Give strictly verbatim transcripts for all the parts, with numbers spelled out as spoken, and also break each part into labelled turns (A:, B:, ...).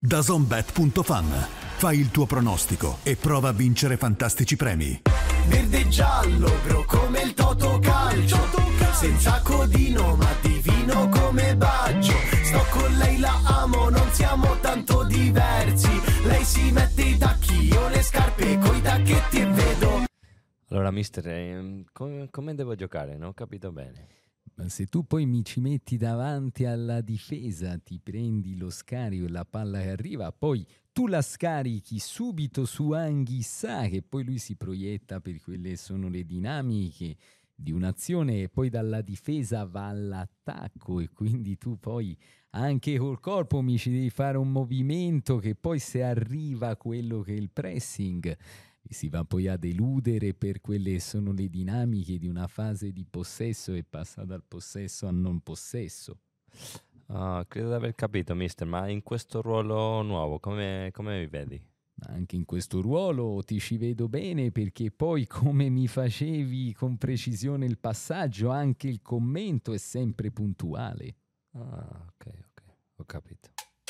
A: DAZNBet punto fan. Fai il tuo pronostico e prova a vincere fantastici premi.
B: Verde e giallo, bro, come il Totocalcio. Senza codino, ma divino come Baggio. Sto con lei, la amo, non siamo tanto diversi. Lei si mette i tacchi, io le scarpe coi tacchetti e vedo.
C: Allora, mister, eh, come, come devo giocare? Non ho capito bene.
D: Ma se tu poi mi ci metti davanti alla difesa, ti prendi lo scarico e la palla che arriva, poi tu la scarichi subito su Anghissà, che poi lui si proietta per quelle che sono le dinamiche di un'azione e poi dalla difesa va all'attacco e quindi tu poi anche col corpo mi ci devi fare un movimento che poi se arriva quello che è il pressing e si va poi a deludere per quelle che sono le dinamiche di una fase di possesso e passa dal possesso a non possesso.
C: Oh, credo di aver capito, mister, ma in questo ruolo nuovo come, come mi vedi?
D: Anche in questo ruolo ti ci vedo bene perché poi come mi facevi con precisione il passaggio, anche il commento è sempre puntuale.
C: Ah, ok, ok, ho capito.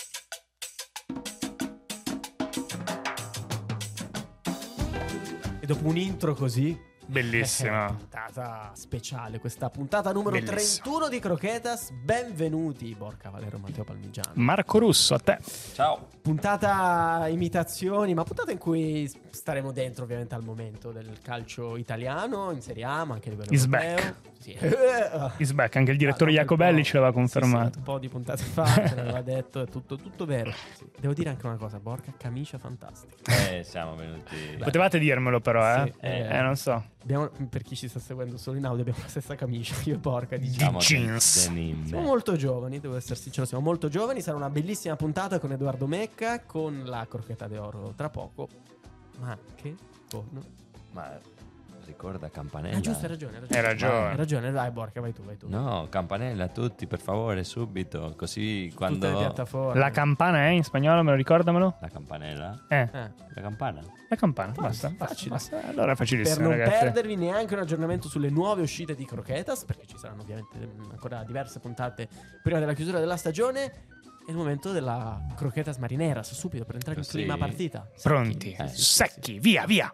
E: E dopo un intro così,
F: bellissima,
E: puntata speciale, questa puntata numero
F: Bellissimo.
E: trentuno di Croquetas. Benvenuti, Borca Valero, Matteo Palmigiano.
F: Marco Russo, a te.
C: Ciao.
E: Puntata imitazioni, ma puntata in cui staremo dentro ovviamente al momento del calcio italiano, in Serie A, ma anche a livello
F: Is
E: europeo.
F: back.
E: Sì.
F: Is back, anche il direttore
E: Ah, no,
F: Jacobelli
E: un po'-
F: ce l'aveva
E: sì, sì,
F: confermato.
E: un po' di puntate fa ce l'aveva detto, è tutto, tutto vero. Sì. Devo dire anche una cosa, Borca, camicia fantastica.
C: Eh, siamo venuti...
F: Potevate dirmelo però, eh?
E: Sì,
F: eh,
E: eh.
F: non so.
E: Abbiamo, per chi ci sta seguendo solo in audio, abbiamo la stessa camicia, io e Borca, di
C: Siamo
F: jeans.
C: denim.
E: Siamo molto giovani, devo essere sincero, siamo molto giovani. Sarà una bellissima puntata con Edoardo Mecca, con la Crocchetta d'Oro tra poco, ma anche con...
C: Ma ricorda Campanella?
E: Ah, giusto, hai ragione, hai ragione.
F: Hai ragione.
E: Hai ragione, dai Borca, vai tu, vai tu.
C: No, Campanella, tutti, per favore, subito, così
E: Tutte
C: quando...
E: le piattaforme.
F: La campana è in spagnolo, me lo ricordamelo?
C: La campanella?
F: Eh,
E: Eh.
C: La campana?
F: la campana, basta, basta,
E: facile.
F: basta. Allora è
E: Per
F: facilissimo,
E: non
F: ragazzi.
E: perdervi neanche un aggiornamento sulle nuove uscite di Croquetas, perché ci saranno ovviamente ancora diverse puntate prima della chiusura della stagione. È il momento della Croquetas Marineras, subito per entrare in
C: Sì.
E: clima partita.
F: Pronti,
C: Eh, sì, sì,
F: secchi, via, via.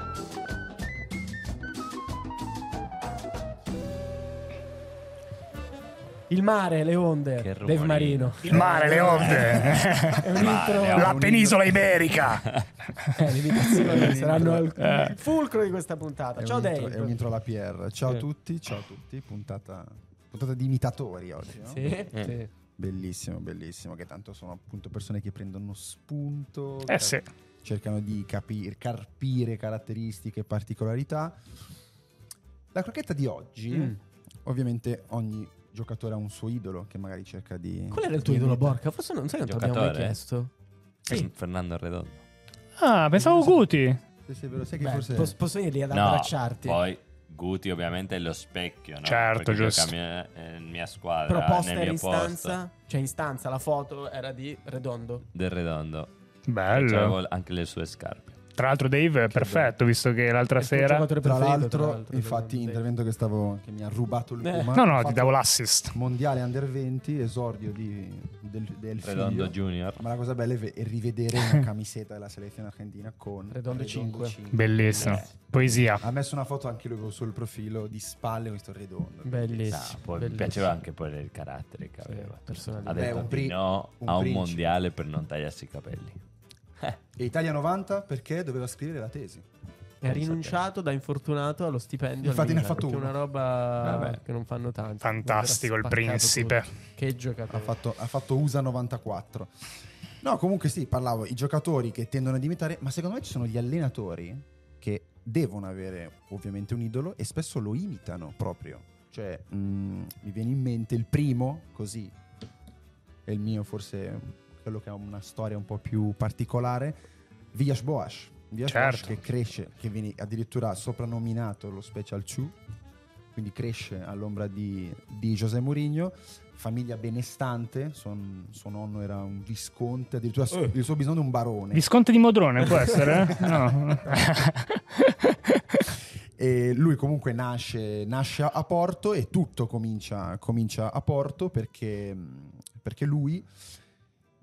E: Il mare, le onde,
C: Che
E: Dave
C: rumorino.
E: Marino.
F: Il mare, le onde.
E: È un
C: Mare,
E: intro.
C: le
F: La penisola iberica.
E: Eh, le imitazioni saranno il
F: Eh.
E: il fulcro di questa puntata.
G: È
E: Ciao
G: un intro,
E: Dave.
G: è un intro alla P R. Ciao
E: Sì.
G: a tutti, ciao a tutti. Puntata, puntata di imitatori oggi, no?
E: Sì,
C: Eh.
E: sì.
G: Bellissimo, bellissimo. Che tanto sono appunto persone che prendono spunto,
F: Eh sì.
G: cercano di capire, carpire caratteristiche e particolarità. La crocchetta di oggi,
E: Mm.
G: ovviamente ogni giocatore ha un suo idolo che magari cerca di...
E: Qual era il tuo
G: di
E: idolo,
G: imitare.
E: Borca? Forse non sai, non ti abbiamo mai
C: Giocatore?
E: chiesto. Sì.
C: Fernando Redondo.
F: Ah, pensavo Guti.
G: Sì, sì, vero, sai che
E: Beh,
G: forse...
E: pos- posso venire ad
C: No,
E: abbracciarti.
C: poi Guti ovviamente è lo specchio, no?
F: Certo,
C: Perché
F: giusto.
C: gioca mia, eh, mia squadra,
E: Però poster
C: nel mio
E: in
C: posto
E: stanza, cioè in stanza la foto era di Redondo.
C: del Redondo.
F: Bello.
C: C'avevo anche le sue scarpe.
F: Tra l'altro Dave è perfetto, visto che l'altra
E: È il tuo
F: sera...
E: giocatore
G: Tra
E: preferito,
G: l'altro,
E: tra l'altro,
G: infatti,
E: Redondo.
G: intervento che stavo che mi ha rubato il
E: Eh.
G: Puma.
F: No,
G: ho
F: no, ti
G: fatto
F: davo l'assist.
G: Mondiale Under venti, esordio di, del, del
C: Redondo
G: figlio.
C: Junior.
G: Ma la cosa bella è ve- è rivedere una camiseta della selezione argentina con
E: Redondo cinque.
F: Bellissimo.
G: Eh.
F: Poesia.
G: Ha messo una foto anche lui sul profilo di spalle questo Redondo.
E: Bellissimo.
C: Ah, poi mi
E: bellissimo.
C: piaceva anche poi il carattere che
E: Sì,
C: aveva.
E: personalità.
C: Ha
G: Beh,
C: detto
G: un
C: di
G: pri-
C: no
G: un
C: a un
G: principe.
C: mondiale per non tagliarsi i capelli.
G: E Italia novanta perché doveva scrivere la tesi.
E: E ha rinunciato da infortunato allo stipendio.
G: Infatti
E: al
G: ne ha
E: Milan,
G: fatto
E: che è
G: uno.
E: una roba
C: Vabbè.
E: che non fanno tanti.
F: Fantastico il
E: Spaccato
F: principe.
E: tutto. Che giocatore.
G: Ha fatto, ha fatto U S A novantaquattro. No, comunque sì, parlavo i giocatori che tendono ad imitare, ma secondo me ci sono gli allenatori che devono avere ovviamente un idolo e spesso lo imitano proprio. Cioè, mh, mi viene in mente il primo, così è il mio, forse quello che ha una storia un po' più particolare, Villas Boas. Villas Boas
F: Certo.
G: che cresce, che viene addirittura soprannominato lo Special Two, quindi cresce all'ombra di, di José Mourinho, famiglia benestante, son- suo nonno era un visconte, addirittura su- il suo bisnonno un barone.
F: Visconte di Modrone può essere? eh? No.
G: E lui comunque nasce, nasce a Porto e tutto comincia, comincia a Porto perché, perché lui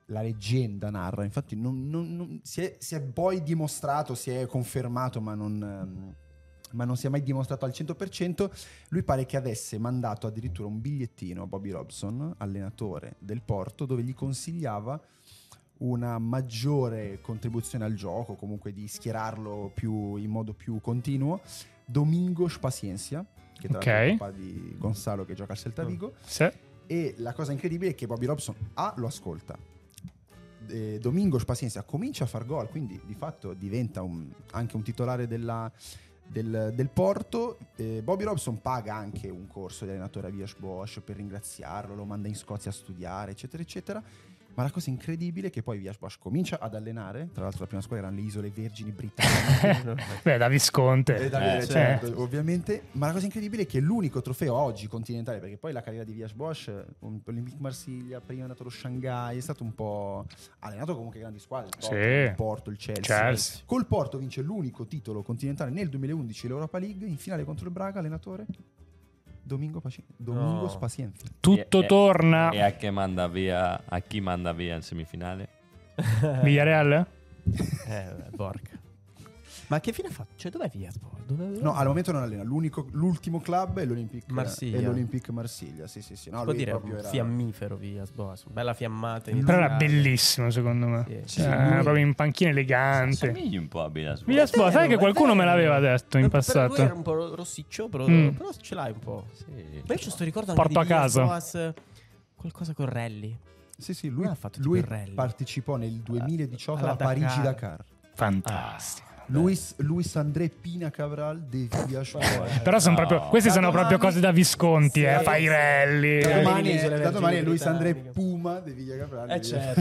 G: la leggenda narra, infatti non, non- non- si, è, si è poi dimostrato, si è confermato, ma non, ehm, ma non si è mai dimostrato al cento per cento. Lui pare che avesse mandato addirittura un bigliettino a Bobby Robson, allenatore del Porto, dove gli consigliava una maggiore contribuzione al gioco, comunque di schierarlo più, in modo più continuo. Domingos Paciencia, che tra
F: Ok.
G: l'altro è il papà di Gonzalo che gioca al Celta Vigo.
F: Sì.
G: E la cosa incredibile è che Bobby Robson A lo ascolta, eh, Domingos Paciencia comincia a far gol, quindi di fatto diventa un- anche un titolare della- del, del Porto. eh, Bobby Robson paga anche un corso di allenatore a Villas-Boas per ringraziarlo, lo manda in Scozia a studiare, eccetera eccetera. Ma la cosa incredibile è che poi Villas-Boas comincia ad allenare, tra l'altro la prima squadra erano le isole Vergini britanniche.
F: Beh, da Visconte.
G: Eh, da-
C: Eh,
G: certo, ovviamente. Ma la cosa incredibile è che l'unico trofeo oggi continentale, perché poi la carriera di Villas-Boas, un Olympique Marsiglia, prima è andato allo Shanghai, è stato un po' ha allenato comunque grandi squadre, il Porto,
F: Sì.
G: il, Porto, il Chelsea.
F: Chelsea.
G: Col Porto vince l'unico titolo continentale nel duemilaundici, l'Europa League, in finale contro il Braga, allenatore Domingo Paci- Domingos
E: No.
G: Paciencia.
F: Tutto
C: E- e-
F: torna.
C: E a chi manda via, a chi manda via in semifinale?
F: Villarreal?
E: Eh, porca. Ma che fine ha fatto? Cioè, dov'è Villas-Boas? Dove...
G: No, al momento non allena. L'unico, l'ultimo club è l'Olympique
E: Marsiglia.
G: È l'Olympique Marsiglia, sì, sì, sì. No,
E: Può
G: lui
E: dire
G: proprio
E: un
G: era-
E: fiammifero Villas-Boas, bella fiammata. in
F: Però era
E: finale.
F: bellissimo secondo me.
E: Sì.
G: Sì,
F: Eh,
G: lui-
F: proprio in panchina elegante.
C: Somigli un po' a Villas-Boas.
F: Villas-Boas, sai
E: Vero,
F: che
E: è
F: qualcuno me
E: vero.
F: l'aveva detto in
E: Eh, però Lui era
F: passato.
E: un po' rossiccio, però,
F: Mm.
E: però ce l'hai un po'.
C: Sì.
E: Ma io c'ho sto ricordo anche
F: Porto
E: di
F: a casa.
E: Villas-Boas, qualcosa con Rally.
G: Sì, sì, lui,
E: Come ha fatto
G: lui
E: tipo il rally?
G: partecipò nel duemiladiciotto
E: Alla
G: alla Parigi-Dakar.
F: Fantastico.
G: Luis, Luis André Pina Cabral de Villas-Boas.
F: Però sono
C: No.
F: proprio, queste
G: Da
F: sono
G: domani-
F: proprio cose da Visconti,
G: Sì,
F: eh,
G: da-
F: fai i rally.
G: Da
E: Eh,
G: domani,
E: le isole
G: da
E: Vergini
G: domani è Luis André
E: britanniche.
G: Puma de Villa Cabral.
E: Eh
G: de
E: certo.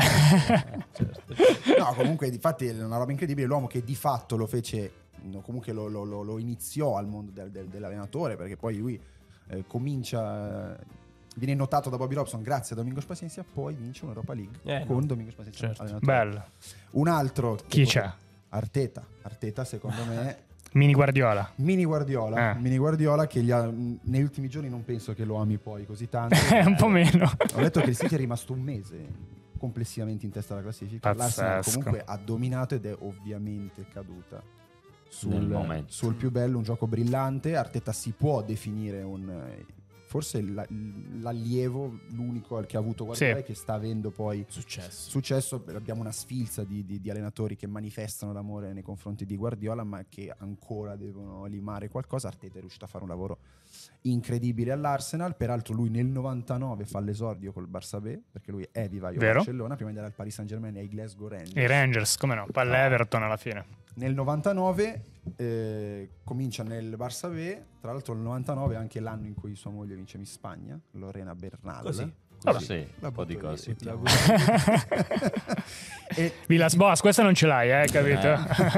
G: No, comunque, difatti, è una roba incredibile. L'uomo che di fatto lo fece, no, comunque lo, lo- lo- lo iniziò al mondo del- del- dell'allenatore, perché poi lui eh, comincia, viene notato da Bobby Robson grazie a Domingos Paciencia, poi vince un'Europa League
E: Eh,
G: con
E: no.
G: Domingos Paciencia
E: Certo.
G: allenatore.
F: Bello.
G: Un altro,
F: Chi
G: che-
F: c'è?
G: Arteta. Arteta, secondo me,
F: Mini Guardiola.
G: Mini Guardiola.
F: Ah.
G: Mini Guardiola che gli ha, mh, negli ultimi giorni non penso che lo ami poi così tanto.
F: Eh, un po' meno.
G: Ho letto che il City è rimasto un mese complessivamente in testa alla classifica. L'Arsenal
F: Pazzesco.
G: comunque ha dominato ed è ovviamente caduta
C: Nel
G: sul,
C: momento.
G: sul più bello, un gioco brillante. Arteta si può definire un eh, forse la- l'allievo, l'unico che ha avuto Guardiola
F: Sì.
G: e che sta avendo poi
E: Successo.
G: successo. Abbiamo una sfilza di, di- di allenatori che manifestano l'amore nei confronti di Guardiola, ma che ancora devono limare qualcosa. Arteta è riuscito a fare un lavoro incredibile all'Arsenal. Peraltro lui nel novantanove fa l'esordio col Barça B, perché lui è vivaio a
F: Vero.
G: Barcellona prima di andare al Paris Saint-Germain e ai Glasgow Rangers.
F: I Rangers, come no? Palla Everton alla fine.
G: Nel novantanove eh, comincia nel Barça B, tra l'altro nel novantanove è anche l'anno in cui sua moglie vince Miss Spagna, Lorena Bernal.
E: Così?
C: Vabbè, sì,
G: La
C: un po' di
G: butto lì,
C: cose.
G: la butto lì. E
F: Villas-Boas, questa non ce l'hai, eh, capito?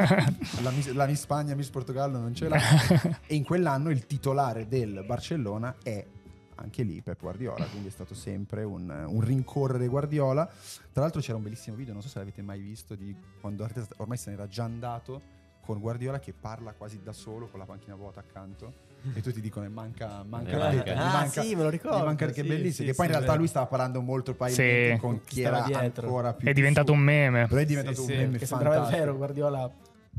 G: la, Miss, la Miss Spagna, Miss Portogallo non ce l'ha. E in quell'anno il titolare del Barcellona è anche lì Pep Guardiola, quindi è stato sempre un, un rincorrere Guardiola. Tra l'altro c'era un bellissimo video, non so se l'avete mai visto, di quando Arteta ormai se n'era già andato, con Guardiola che parla quasi da solo con la panchina vuota accanto e tutti dicono "Eh, manca manca,
C: Ne
G: Arteta,
C: manca.
G: gli
E: Ah,
G: manca-
E: sì, me lo ricordo,
G: gli manca che
E: sì,
G: bellissimo",
E: sì,
G: che poi in
E: sì,
G: realtà
E: vero.
G: lui stava parlando molto probabilmente
F: Sì.
G: con chi
E: Chi stava
G: era
E: dietro.
G: ancora più
F: È diventato un
G: su.
F: meme.
G: Però è diventato
E: Sì,
G: un
E: sì,
G: meme
E: che sembrava
G: fantastico.
E: vero Guardiola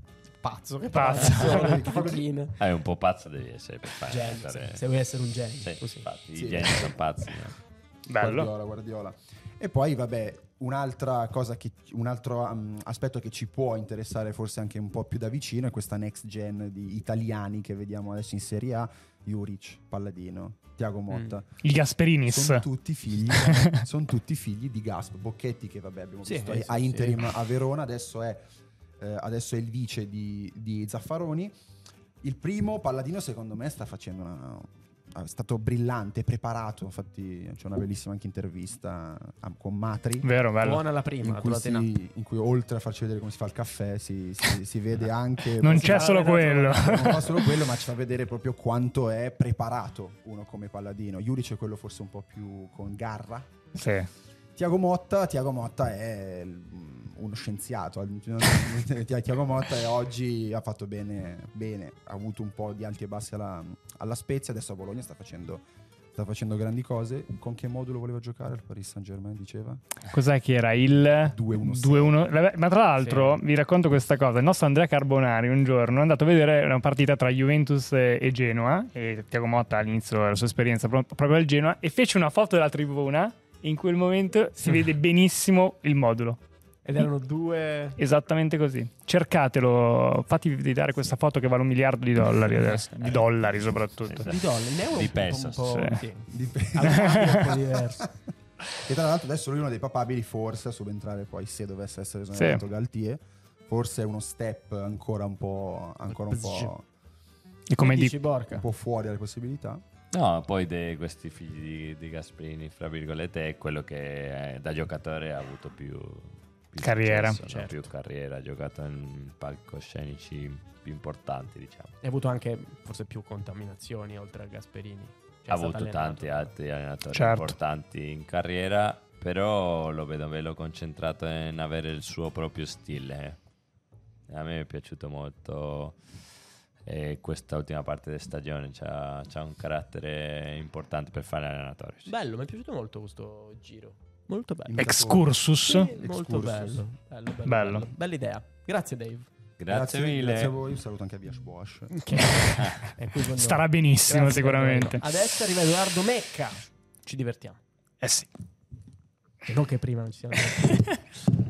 E: pazzo che
F: Pazzo.
E: parla, che fa clean.
C: Eh, un po' pazzo devi essere per fare.
E: Genio,
C: essere-
E: sì, se vuoi essere un genio.
C: Sì,
E: così.
C: infatti,
G: Sì.
C: i geni sono pazzi. eh.
F: Bello.
G: Guardiola, Guardiola. E poi, vabbè, un'altra cosa che, un altro um, aspetto che ci può interessare forse anche un po' più da vicino è questa next gen di italiani che vediamo adesso in Serie A. Juric, Palladino, Thiago Motta.
F: I Gasperinis.
G: Sono tutti figli, sono tutti figli di Gasp. Bocchetti, che vabbè abbiamo
E: Sì,
G: visto
E: sì,
G: a
E: sì.
G: interim a Verona, adesso è, eh, adesso è il vice di, di Zaffaroni. Il primo, Palladino, secondo me sta facendo una, è stato brillante, preparato. Infatti c'è una bellissima anche intervista a- con Matri,
F: Vero, bello.
E: Buona la
G: in
E: prima,
G: cui,
E: Platena.
G: si, in cui oltre a farci vedere come si fa il caffè si, si- si vede anche
F: Non
G: si
F: c'è
G: fa-
F: solo quello.
G: non fa solo quello, ma ci fa vedere proprio quanto è preparato uno come Palladino. Juric è quello forse un po' più con garra.
F: Sì.
G: Tiago Motta, Tiago Motta è mm, uno scienziato. Tiago Motta è oggi ha fatto bene, bene, ha avuto un po' di alti e bassi alla, alla Spezia, adesso a Bologna sta facendo sta facendo grandi cose. Con che modulo voleva giocare il Paris Saint-Germain, diceva?
F: Cos'è che era? Il
G: due uno
F: due uno. Vabbè, ma tra l'altro
E: Sì.
F: vi racconto questa cosa. Il nostro Andrea Carbonari un giorno è andato a vedere una partita tra Juventus e e Genoa, e Thiago Motta all'inizio della sua esperienza pro- proprio al Genoa, e fece una foto della tribuna. In quel momento si vede benissimo il modulo.
E: Ed erano due...
F: Esattamente così. Cercatelo, fatti vedere questa foto che vale un miliardo di dollari adesso, di dollari soprattutto.
C: Esatto.
E: Di dollari, l'euro
C: Di
E: un po'-
C: pesos,
E: un po',
F: sì.
E: sì.
G: Dipende.
E: All'Arabia è un po' diverso.
G: E tra l'altro adesso lui è uno dei papabili forse a subentrare poi, se dovesse essere esonerato
F: Sì.
G: Galtier, forse è uno step ancora un po' ancora un po',
F: E come
E: Dici,
F: di-
E: Borca?
G: un po' fuori dalle possibilità.
C: No, poi di questi figli di, di Gasperini, fra virgolette, è quello che eh, da giocatore ha avuto più, più
F: Carriera.
C: successo, no?
E: Certo.
C: Più carriera, ha giocato in palcoscenici più importanti, diciamo.
E: E ha avuto anche forse più contaminazioni oltre a Gasperini. Cioè,
C: Ha
E: è stato
C: avuto
E: allenato.
C: tanti altri allenatori
F: Certo.
C: importanti in carriera, però lo vedo bello concentrato in avere il suo proprio stile. A me è piaciuto molto eh, questa ultima parte della stagione, c'ha, c'ha un carattere importante per fare allenatore. Sì.
E: Bello, mi è piaciuto molto questo giro. Molto bello.
F: Excursus.
E: Sì, molto
G: Excursus.
E: bello. Bello, bello,
F: Bello.
E: bello. Bella idea. Grazie Dave.
C: Grazie, mille.
G: Grazie a voi, un saluto anche a Vias Bosch.
E: È qui con noi.
F: Starà benissimo
E: Grazie,
F: sicuramente.
E: Edoardo. Adesso arriva Edoardo Mecca. Ci divertiamo.
F: Eh sì.
E: Non che prima non ci siamo divertiti.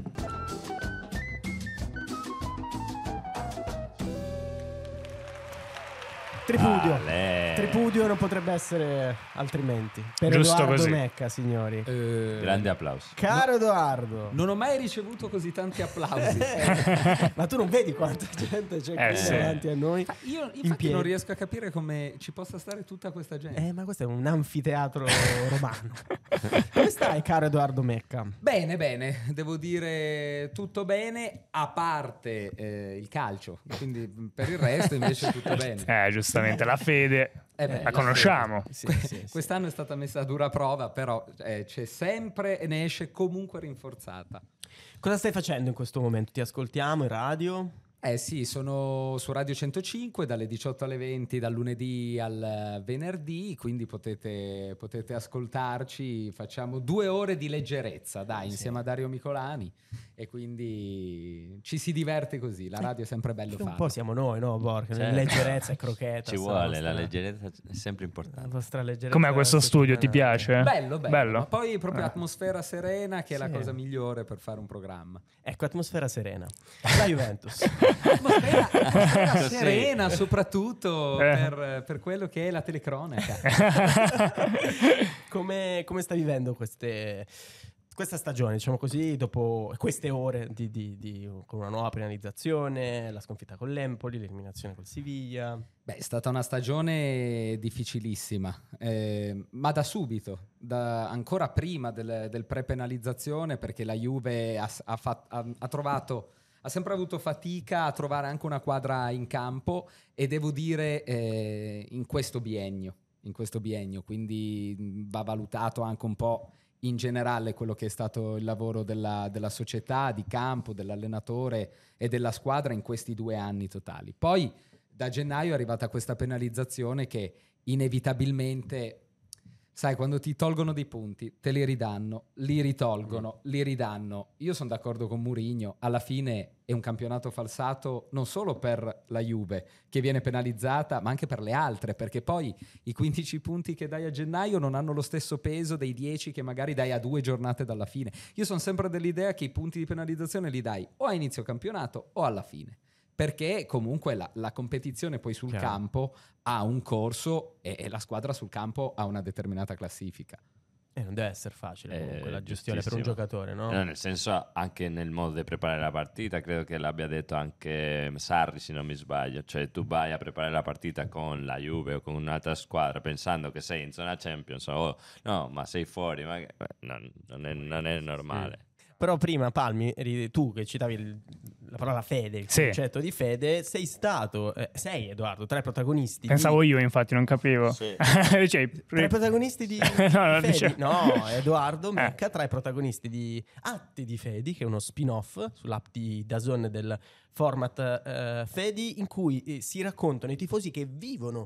E: Tripudio.
C: Ale.
E: Tripudio non potrebbe essere altrimenti. Per
F: Giusto
E: Edoardo
F: così.
E: Mecca, signori.
D: Eh,
C: Grande applauso.
E: Caro Edoardo.
D: Non ho mai ricevuto così tanti applausi.
E: Ma tu non vedi quanta gente c'è
F: Eh,
E: qui
F: sì.
E: davanti a noi?
D: Ma Io infatti
E: piedi.
D: non riesco a capire come ci possa stare tutta questa gente.
E: Eh, ma questo è un anfiteatro romano. Come stai, caro Edoardo Mecca?
D: Bene, bene, devo dire tutto bene, a parte eh, il calcio, quindi per il resto invece tutto bene.
F: Eh, giustamente, la fede
D: Eh beh,
F: la conosciamo.
E: Sì, sì, sì.
D: Quest'anno è stata messa a dura prova, però eh, c'è sempre e ne esce comunque rinforzata.
E: Cosa stai facendo in questo momento? Ti ascoltiamo in radio?
D: Eh sì, sono su Radio centocinque dalle diciotto alle venti, dal lunedì al venerdì, quindi potete, potete ascoltarci, facciamo due ore di leggerezza, dai,
E: Sì.
D: insieme a Dario Micolani, e quindi ci si diverte così, la radio è sempre bello
E: Che un
D: farla.
E: po' siamo noi, no, Borca?
C: Certo.
E: Leggerezza e crocchetta.
C: Ci vuole, la leggerezza è sempre
E: La
C: importante.
E: vostra leggerezza.
F: Com'è questo studio? Ti piace?
D: Bello, bello,
F: Bello.
D: ma poi proprio
F: Eh.
D: atmosfera serena che è la
E: Sì.
D: cosa migliore per fare un programma.
E: Ecco, atmosfera serena. La Juventus.
D: Atmosfera, atmosfera
C: Così.
D: serena soprattutto
F: Eh.
D: per, per quello che è la telecronaca.
E: come, come stai vivendo queste, questa stagione, diciamo così, dopo queste ore di, di- di- con una nuova penalizzazione, la sconfitta con l'Empoli, l'eliminazione col Siviglia?
D: Beh, è stata una stagione difficilissima, eh, ma da subito, da- ancora prima del, del pre-penalizzazione, perché la Juve ha, ha fat- ha- ha trovato, ha sempre avuto fatica a trovare anche una quadra in campo, e devo dire eh, in questo biennio, in questo biennio, quindi mh, va valutato anche un po' in generale quello che è stato il lavoro della, della società, di campo, dell'allenatore e della squadra in questi due anni totali. Poi da gennaio è arrivata questa penalizzazione che inevitabilmente, sai, quando ti tolgono dei punti, te li ridanno, li ritolgono, li ridanno. Io sono d'accordo con Mourinho, alla fine è un campionato falsato non solo per la Juve, che viene penalizzata, ma anche per le altre, perché poi i quindici punti che dai a gennaio non hanno lo stesso peso dei dieci che magari dai a due giornate dalla fine. Io sono sempre dell'idea che i punti di penalizzazione li dai o a inizio campionato o alla fine, perché comunque la, la competizione poi sul
E: Chiaro.
D: campo ha un corso e, e la squadra sul campo ha una determinata classifica.
E: Eh, non deve essere facile
C: Eh,
E: comunque la gestione per un
C: giustissimo.
E: giocatore, no?
C: No, nel senso, anche nel modo di preparare la partita, credo che l'abbia detto anche Sarri, se non mi sbaglio. Cioè, tu vai a preparare la partita con la Juve o con un'altra squadra pensando che sei in zona Champions, o no, ma sei fuori, ma beh, non, non è, non è normale.
E: Però prima, Palmi, eri tu che citavi il- la parola fede, il
F: Sì.
E: concetto di fede, sei stato, eh, sei Edoardo, tra i protagonisti
F: Pensavo
E: di...
F: io, infatti, non capivo.
C: Sì.
F: Cioè,
E: Tra i protagonisti di
F: No, no,
E: Fedi.
F: dicevo-
E: No, Edoardo
F: Eh.
E: Mecca tra i protagonisti di Atti di Fedi, che è uno spin-off sull'app di DAZN del format eh, Fedi, in cui eh, si raccontano i tifosi che vivono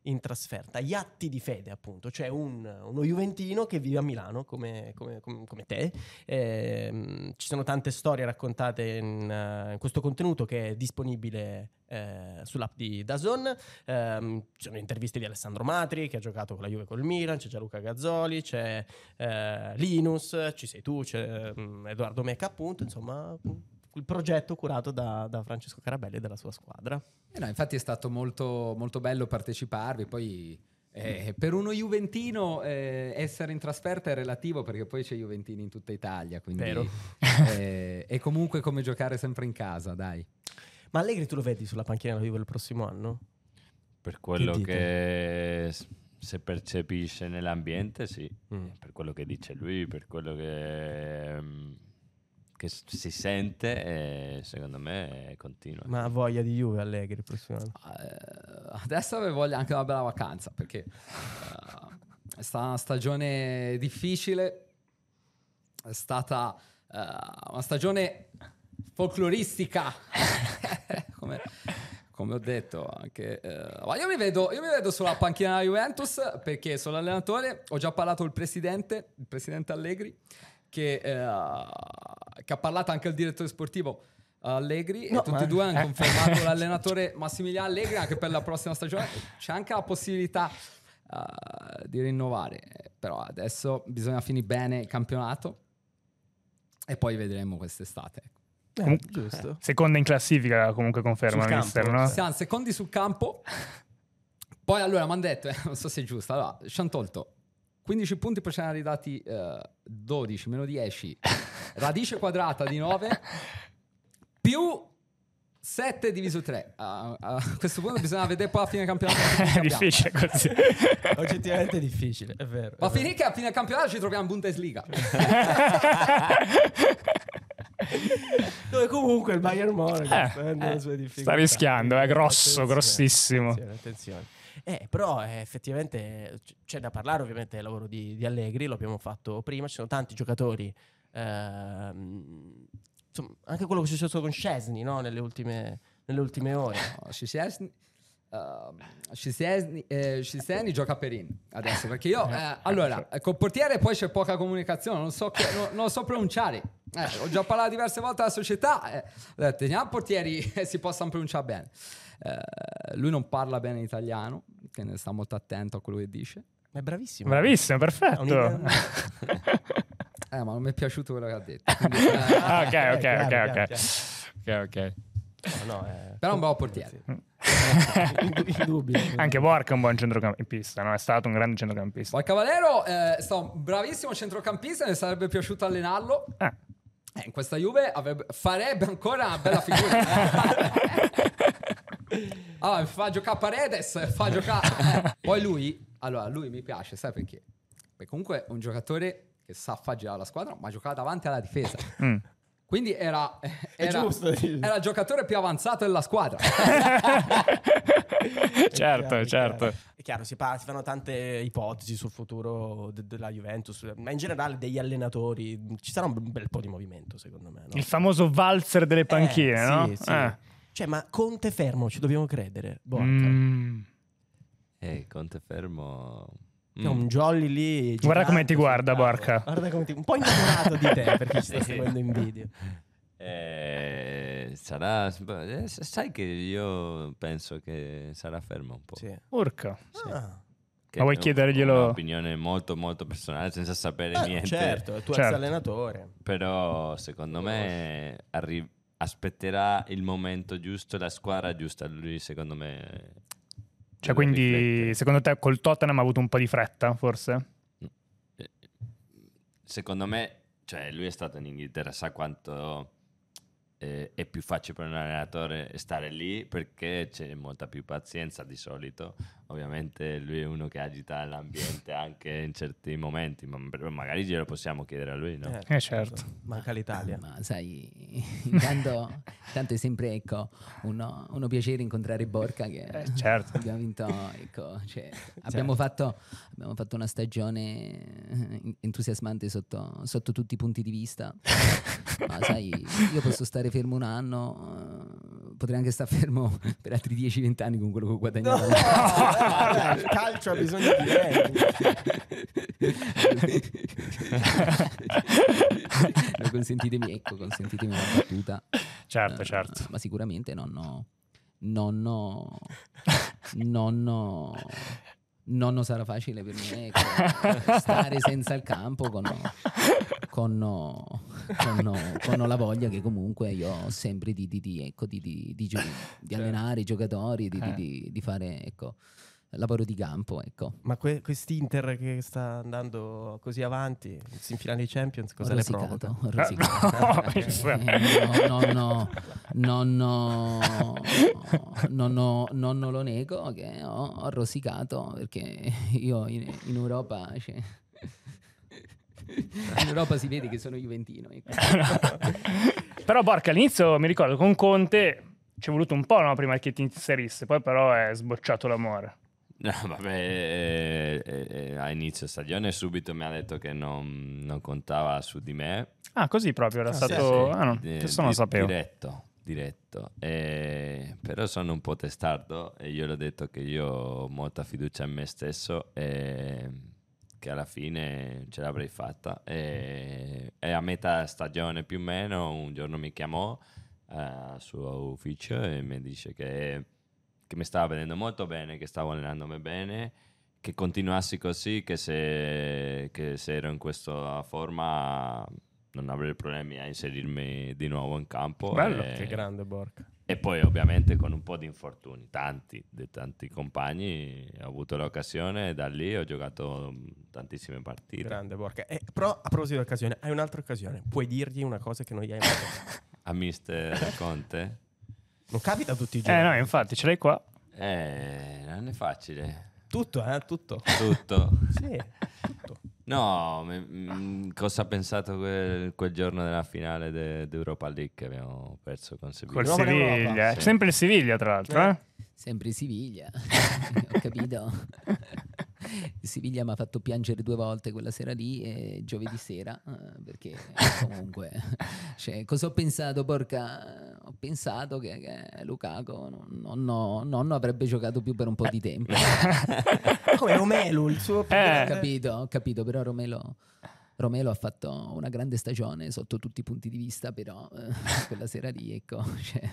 E: in trasferta, gli atti di fede appunto, cioè un, uno juventino che vive a Milano come, come, come, come te. Eh, ci sono tante storie raccontate in, uh, in questo contenuto che è disponibile eh, sull'app di DAZN. Eh, ci sono interviste di Alessandro Matri che ha giocato con la Juve col Milan, c'è Gianluca Gazzoli, c'è eh, Linus, ci sei tu, c'è um, Edoardo Mecca appunto, insomma il progetto curato da, da Francesco Carabelli e dalla sua squadra.
D: Eh no, infatti è stato molto, molto bello parteciparvi. Poi eh, per uno juventino eh, essere in trasferta è relativo, perché poi c'è juventini in tutta Italia, quindi
E: Vero.
D: eh, è comunque come giocare sempre in casa, dai.
E: Ma Allegri tu lo vedi sulla panchina della Juve il prossimo anno?
C: Per quello
E: Che
C: che s- si percepisce nell'ambiente, sì.
E: Mm.
C: Per quello che dice lui, per quello che, mm, che s- si sente, eh, secondo me continua.
E: Ma ha voglia di Juve Allegri il prossimo anno?
D: Eh, adesso avevo voglia anche una bella vacanza, perché eh, è stata una stagione difficile, è stata eh, una stagione folcloristica, come, come ho detto anche. eh, ma io mi vedo io mi vedo sulla panchina della Juventus, perché sono allenatore, ho già parlato il presidente il presidente Allegri, che, eh, che ha parlato anche il direttore sportivo Allegri,
E: No,
D: e tutti
E: ma-
D: e due hanno confermato l'allenatore Massimiliano Allegri anche per la prossima stagione. C'è anche la possibilità eh, di rinnovare, però adesso bisogna finire bene il campionato e poi vedremo quest'estate.
E: Eh,
F: Comun-
E: giusto.
F: Seconda in classifica, comunque conferma
E: Sul
F: il mister,
E: campo,
F: no?
E: sì.
D: Siamo secondi sul campo. Poi allora mi hanno detto, eh, non so se è giusto, allora ci hanno tolto quindici punti, poi ce ne hanno ridati eh, dodici, meno dieci, radice quadrata di nove, più sette diviso tre. A, a questo punto bisogna vedere poi a fine campionato.
F: È difficile così.
E: Oggettivamente è difficile, è vero.
D: Ma
E: è vero.
D: finì che a fine campionato ci troviamo in Bundesliga.
E: Dove comunque il Bayern Monaco
F: Eh,
E: prende le sue
F: sta
E: difficoltà.
F: rischiando, è grosso,
E: Attenzione,
F: grossissimo.
E: Attenzione, attenzione. Eh, però eh, effettivamente c- c'è da parlare ovviamente del lavoro di, di Allegri, lo abbiamo fatto prima, ci sono tanti giocatori, ehm, insomma, anche quello che è successo con Szczesny, no? nelle, ultime, nelle ultime ore.
D: No, Szczesny, uh, Szczesny, eh, Szczesny gioca per in adesso, perché io eh, allora col portiere poi c'è poca comunicazione, non so, che, no- non lo so pronunciare. Eh, ho già parlato diverse volte alla società, eh, ho detto teniamo portieri e si possano pronunciare bene. Eh, lui non parla bene italiano, che ne sta molto attento a quello che dice.
E: Ma è bravissimo.
F: Bravissimo,
E: Ha
F: perfetto.
E: un'idea-
D: Eh, ma non mi è piaciuto quello che ha detto. Quindi, eh,
F: Ah, ok,
E: Eh,
F: ok,
E: chiaro,
F: ok,
E: chiaro,
F: ok.
E: chiaro.
F: Ok, ok.
E: No, no, è-
D: Però è un bravo portiere.
E: Indubbio.
F: Anche Borca è un buon centrocampista, no? È stato un grande centrocampista.
D: Poi Cavallero eh, è stato un bravissimo centrocampista, mi sarebbe piaciuto allenarlo.
F: Ah.
D: Eh, in questa Juve avrebbe- farebbe ancora una bella figura. Allora, fa giocare Paredes, fa giocare. Eh, Poi lui, allora, lui mi piace, sai perché? Perché comunque è un giocatore che sa far girare la squadra, ma giocava davanti alla difesa.
F: Mm.
D: Quindi era, era,
E: giusto.
D: era il giocatore più avanzato della squadra.
F: Certo,
E: È chiaro,
F: certo.
E: È chiaro, È chiaro, si, parla- si fanno tante ipotesi sul futuro de- della Juventus, ma in generale degli allenatori. Ci sarà un bel po' di movimento, secondo me. No?
F: Il famoso valzer delle panchine,
E: Eh,
F: no?
E: sì, sì.
F: Ah.
E: Cioè, ma Conte fermo, ci dobbiamo credere. Borca.
F: Mm.
C: Eh, Conte fermo.
E: C'è un jolly lì.
F: Guarda come ti
E: gigante,
F: guarda,
E: sul campo.
F: Borca.
E: Guarda come ti... Un po' innamorato di te, per chi ci sta seguendo in video.
C: Eh, sarà. eh, sai che io penso che sarà fermo un po'.
E: Sì.
F: Urca.
E: Ah.
C: Che
F: Ma vuoi
C: è un-
F: chiederglielo?
C: Un'opinione molto, molto personale, senza sapere
E: Eh,
C: niente.
E: certo, tu
F: Certo.
E: ex allenatore.
C: Però secondo me arri- aspetterà il momento giusto, la squadra giusta. Lui, secondo me.
F: Cioè,
C: deve
F: quindi,
C: riflettere.
F: secondo te col Tottenham ha avuto un po' di fretta, forse?
C: Eh, Secondo me, cioè, lui è stato in Inghilterra, sa quanto eh, è più facile per un allenatore stare lì perché c'è molta più pazienza di solito. Ovviamente lui è uno che agita l'ambiente anche in certi momenti, ma però magari glielo possiamo chiedere a lui, no?
F: Eh, certo.
E: Manca l'Italia.
H: Ma sai, intanto, intanto è sempre ecco, uno, uno piacere incontrare Borca che
F: Eh, certo.
H: abbiamo vinto, ecco, cioè, abbiamo, fatto, abbiamo fatto una stagione entusiasmante sotto, sotto tutti i punti di vista. Ma sai, io posso stare fermo un anno, eh, potrei anche stare fermo per altri dieci venti anni con quello che ho guadagnato.
E: No, eh, il calcio ha bisogno di lei.
H: No, consentitemi, ecco, consentitemi una battuta.
F: Certo,
H: Eh,
F: certo.
H: Ma sicuramente nonno, nonno, nonno, nonno sarà facile per me, ecco, stare senza il campo con, con, con, con la voglia che comunque io ho sempre di, di, di, ecco, di, di, di, gio- di allenare i giocatori, di, di, di, di fare, ecco, lavoro di campo, ecco.
E: Ma que- quest'Inter che sta andando così avanti in finale di Champions, cosa le provoca?
H: Ho rosicato. Eh, no, no, no, no, no, no, no, non lo nego che ho, ho rosicato perché io in, in Europa, cioè, in Europa si vede che sono juventino. Ecco.
F: Però Borca, all'inizio mi ricordo con Conte ci è voluto un po', no, prima che ti inserisse, poi però è sbocciato l'amore.
C: No, vabbè, eh, eh, a inizio stagione subito mi ha detto che non, non contava su di me.
F: Ah, così proprio era
E: Ah,
F: stato...
E: sì, sì.
F: Ah, no,
C: Di-
F: questo non lo
C: di-
F: sapevo.
C: Diretto, diretto. Eh, però sono un po' testardo e io l'ho detto che io ho molta fiducia in me stesso e che alla fine ce l'avrei fatta. E, e a metà stagione più o meno un giorno mi chiamò eh, al suo ufficio e mi dice che... che mi stava vedendo molto bene, che stavo allenandomi bene, che continuassi così, che se, che se ero in questa forma non avrei problemi a inserirmi di nuovo in campo.
F: Bello,
C: e,
E: Che grande Borca.
C: e poi ovviamente con un po' di infortuni, tanti, di tanti compagni, ho avuto l'occasione e da lì ho giocato tantissime partite.
E: Grande Borca. Eh, però a proposito di occasione, hai un'altra occasione. Puoi dirgli una cosa che non gli hai mai detto.
C: A mister Conte?
E: Non capita tutti i giorni.
F: Eh no, infatti, ce l'hai qua.
C: Eh, non è facile.
E: Tutto, eh, tutto.
C: Tutto.
E: Sì, tutto.
C: No, me- mm, cosa ha pensato quel, quel giorno della finale de- d'Europa League che abbiamo perso con Sevilla?
F: Col
E: Nuova
F: Siviglia.
E: Europa,
C: sì.
F: Sempre il Siviglia, tra l'altro. Eh?
H: Sempre Siviglia, ho capito. Siviglia mi ha fatto piangere due volte quella sera lì e giovedì sera, eh, perché comunque, cioè, cosa ho pensato, porca? Ho pensato che, che Lukaku non, non, non avrebbe giocato più per un po' di tempo.
E: Come Romelu, il suo...
F: Eh.
H: Ho capito, ho capito, però Romelo... Romelo ha fatto una grande stagione sotto tutti i punti di vista, però eh, quella sera lì, ecco, cioè,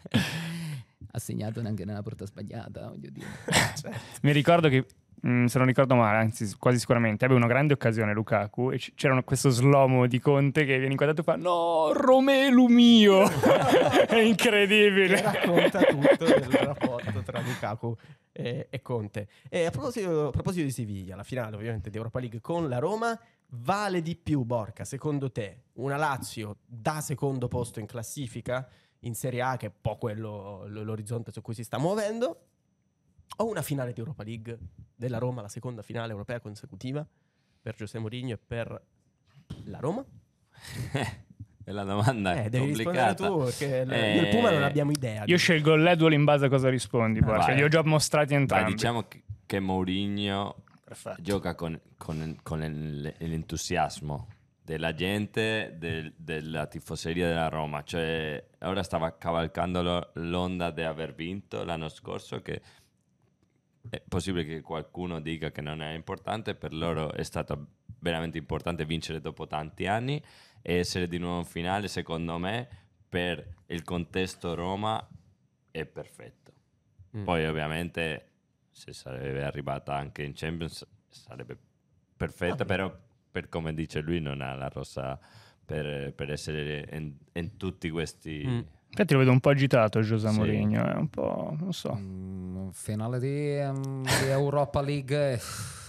H: ha segnato neanche nella porta sbagliata, voglio dire.
F: Mi ricordo che, mh, se non ricordo male, anzi quasi sicuramente, aveva una grande occasione Lukaku e c- c'era questo slow-mo di Conte che viene inquadrato e fa no, Romelu mio! È incredibile.
E: Che racconta tutto del rapporto tra Lukaku e, e Conte. E a proposito, a proposito di Siviglia, la finale ovviamente di Europa League con la Roma, vale di più, Borca, secondo te, una Lazio da secondo posto in classifica in Serie A, che è un po' quello l- l'orizzonte su cui si sta muovendo, o una finale di Europa League della Roma, la seconda finale europea consecutiva per José Mourinho e per la Roma?
C: È la domanda
E: Eh, devi
C: complicata.
E: rispondere tu, perché l-
C: Eh,
E: io e il Puma non abbiamo idea.
F: Io scelgo l'Edwall in base a cosa rispondi, Borca.
C: vai.
F: Li ho già mostrati
C: Vai,
F: entrambi.
C: diciamo che, che Mourinho
F: Perfetto.
C: gioca con, con- con l- l'entusiasmo della gente, del- della tifoseria della Roma. Cioè, ora stava cavalcando lo- l'onda di aver vinto l'anno scorso, che è possibile che qualcuno dica che non è importante, per loro è stato veramente importante vincere dopo tanti anni e essere di nuovo in finale, secondo me, per il contesto Roma è perfetto.
E: Mm.
C: Poi ovviamente se sarebbe arrivata anche in Champions sarebbe perfetta,
E: Ah,
C: però per come dice lui non ha la rosa per, per essere in, in tutti questi...
E: Mm.
F: Infatti lo vedo un po' agitato José
C: Sì.
F: Mourinho, è un po', non so.
D: Mm, finale di, um, di Europa League, eh,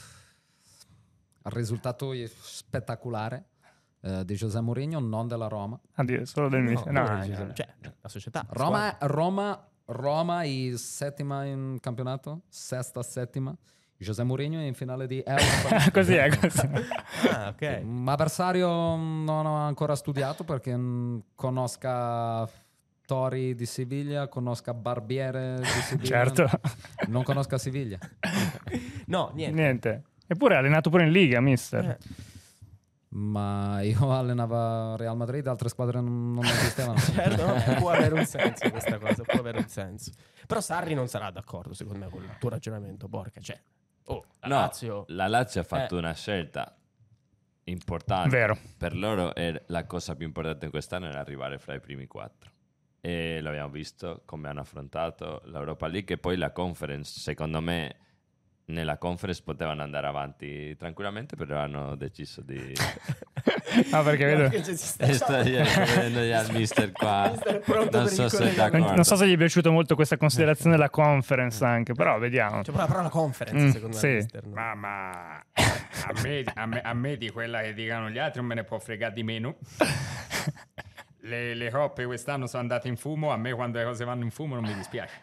D: il risultato è spettacolare eh, di José Mourinho, non della Roma.
F: Addio, solo del
E: No,
F: Milan. No,
E: come
F: no,
E: dice-
F: no.
E: cioè, la società. la
D: Roma,
E: squadra.
D: Roma, Roma è settima in campionato, sesta, settima. José Mourinho è in finale di Europa League.
F: Così è, così.
E: Ah, ok.
D: Un avversario non ho ancora studiato perché mm, conosca Tori di Siviglia, conosca Barbiere di Siviglia.
F: Certo.
D: Non conosca Siviglia.
E: No, niente.
F: Niente. Eppure è allenato pure in Liga, mister.
E: Eh,
D: Ma io allenavo Real Madrid, altre squadre non, non esistevano.
E: Certo, no? Può avere un senso questa cosa, può avere un senso. Però Sarri non sarà d'accordo, secondo me, con il tuo ragionamento, porca. Cioè, oh, la
C: No,
E: Lazio...
C: la Lazio ha fatto
E: Eh.
C: una scelta importante.
F: Vero.
C: Per loro è la cosa più importante in quest'anno era arrivare fra i primi quattro. E l'abbiamo visto come hanno affrontato l'Europa League e poi la Conference. Secondo me nella Conference potevano andare avanti tranquillamente, però hanno deciso di...
F: Ah, perché vedo...
E: Perché ci si sta-
C: E sto io vedendo già il mister qua.
E: Il mister è pronto
C: Non
E: per
C: so
E: il
C: se è
E: collegamento.
C: d'accordo.
F: Non so se gli è piaciuto molto questa considerazione della conference anche, però vediamo.
E: Cioè, però la conference,
F: Mm,
E: secondo
F: sì.
E: me, mister, no?
I: Ma, ma a, me, a, me, a me di quella che dicano gli altri non me ne può fregare di meno. Le, le coppe quest'anno sono andate in fumo, a me quando le cose vanno in fumo non mi dispiace.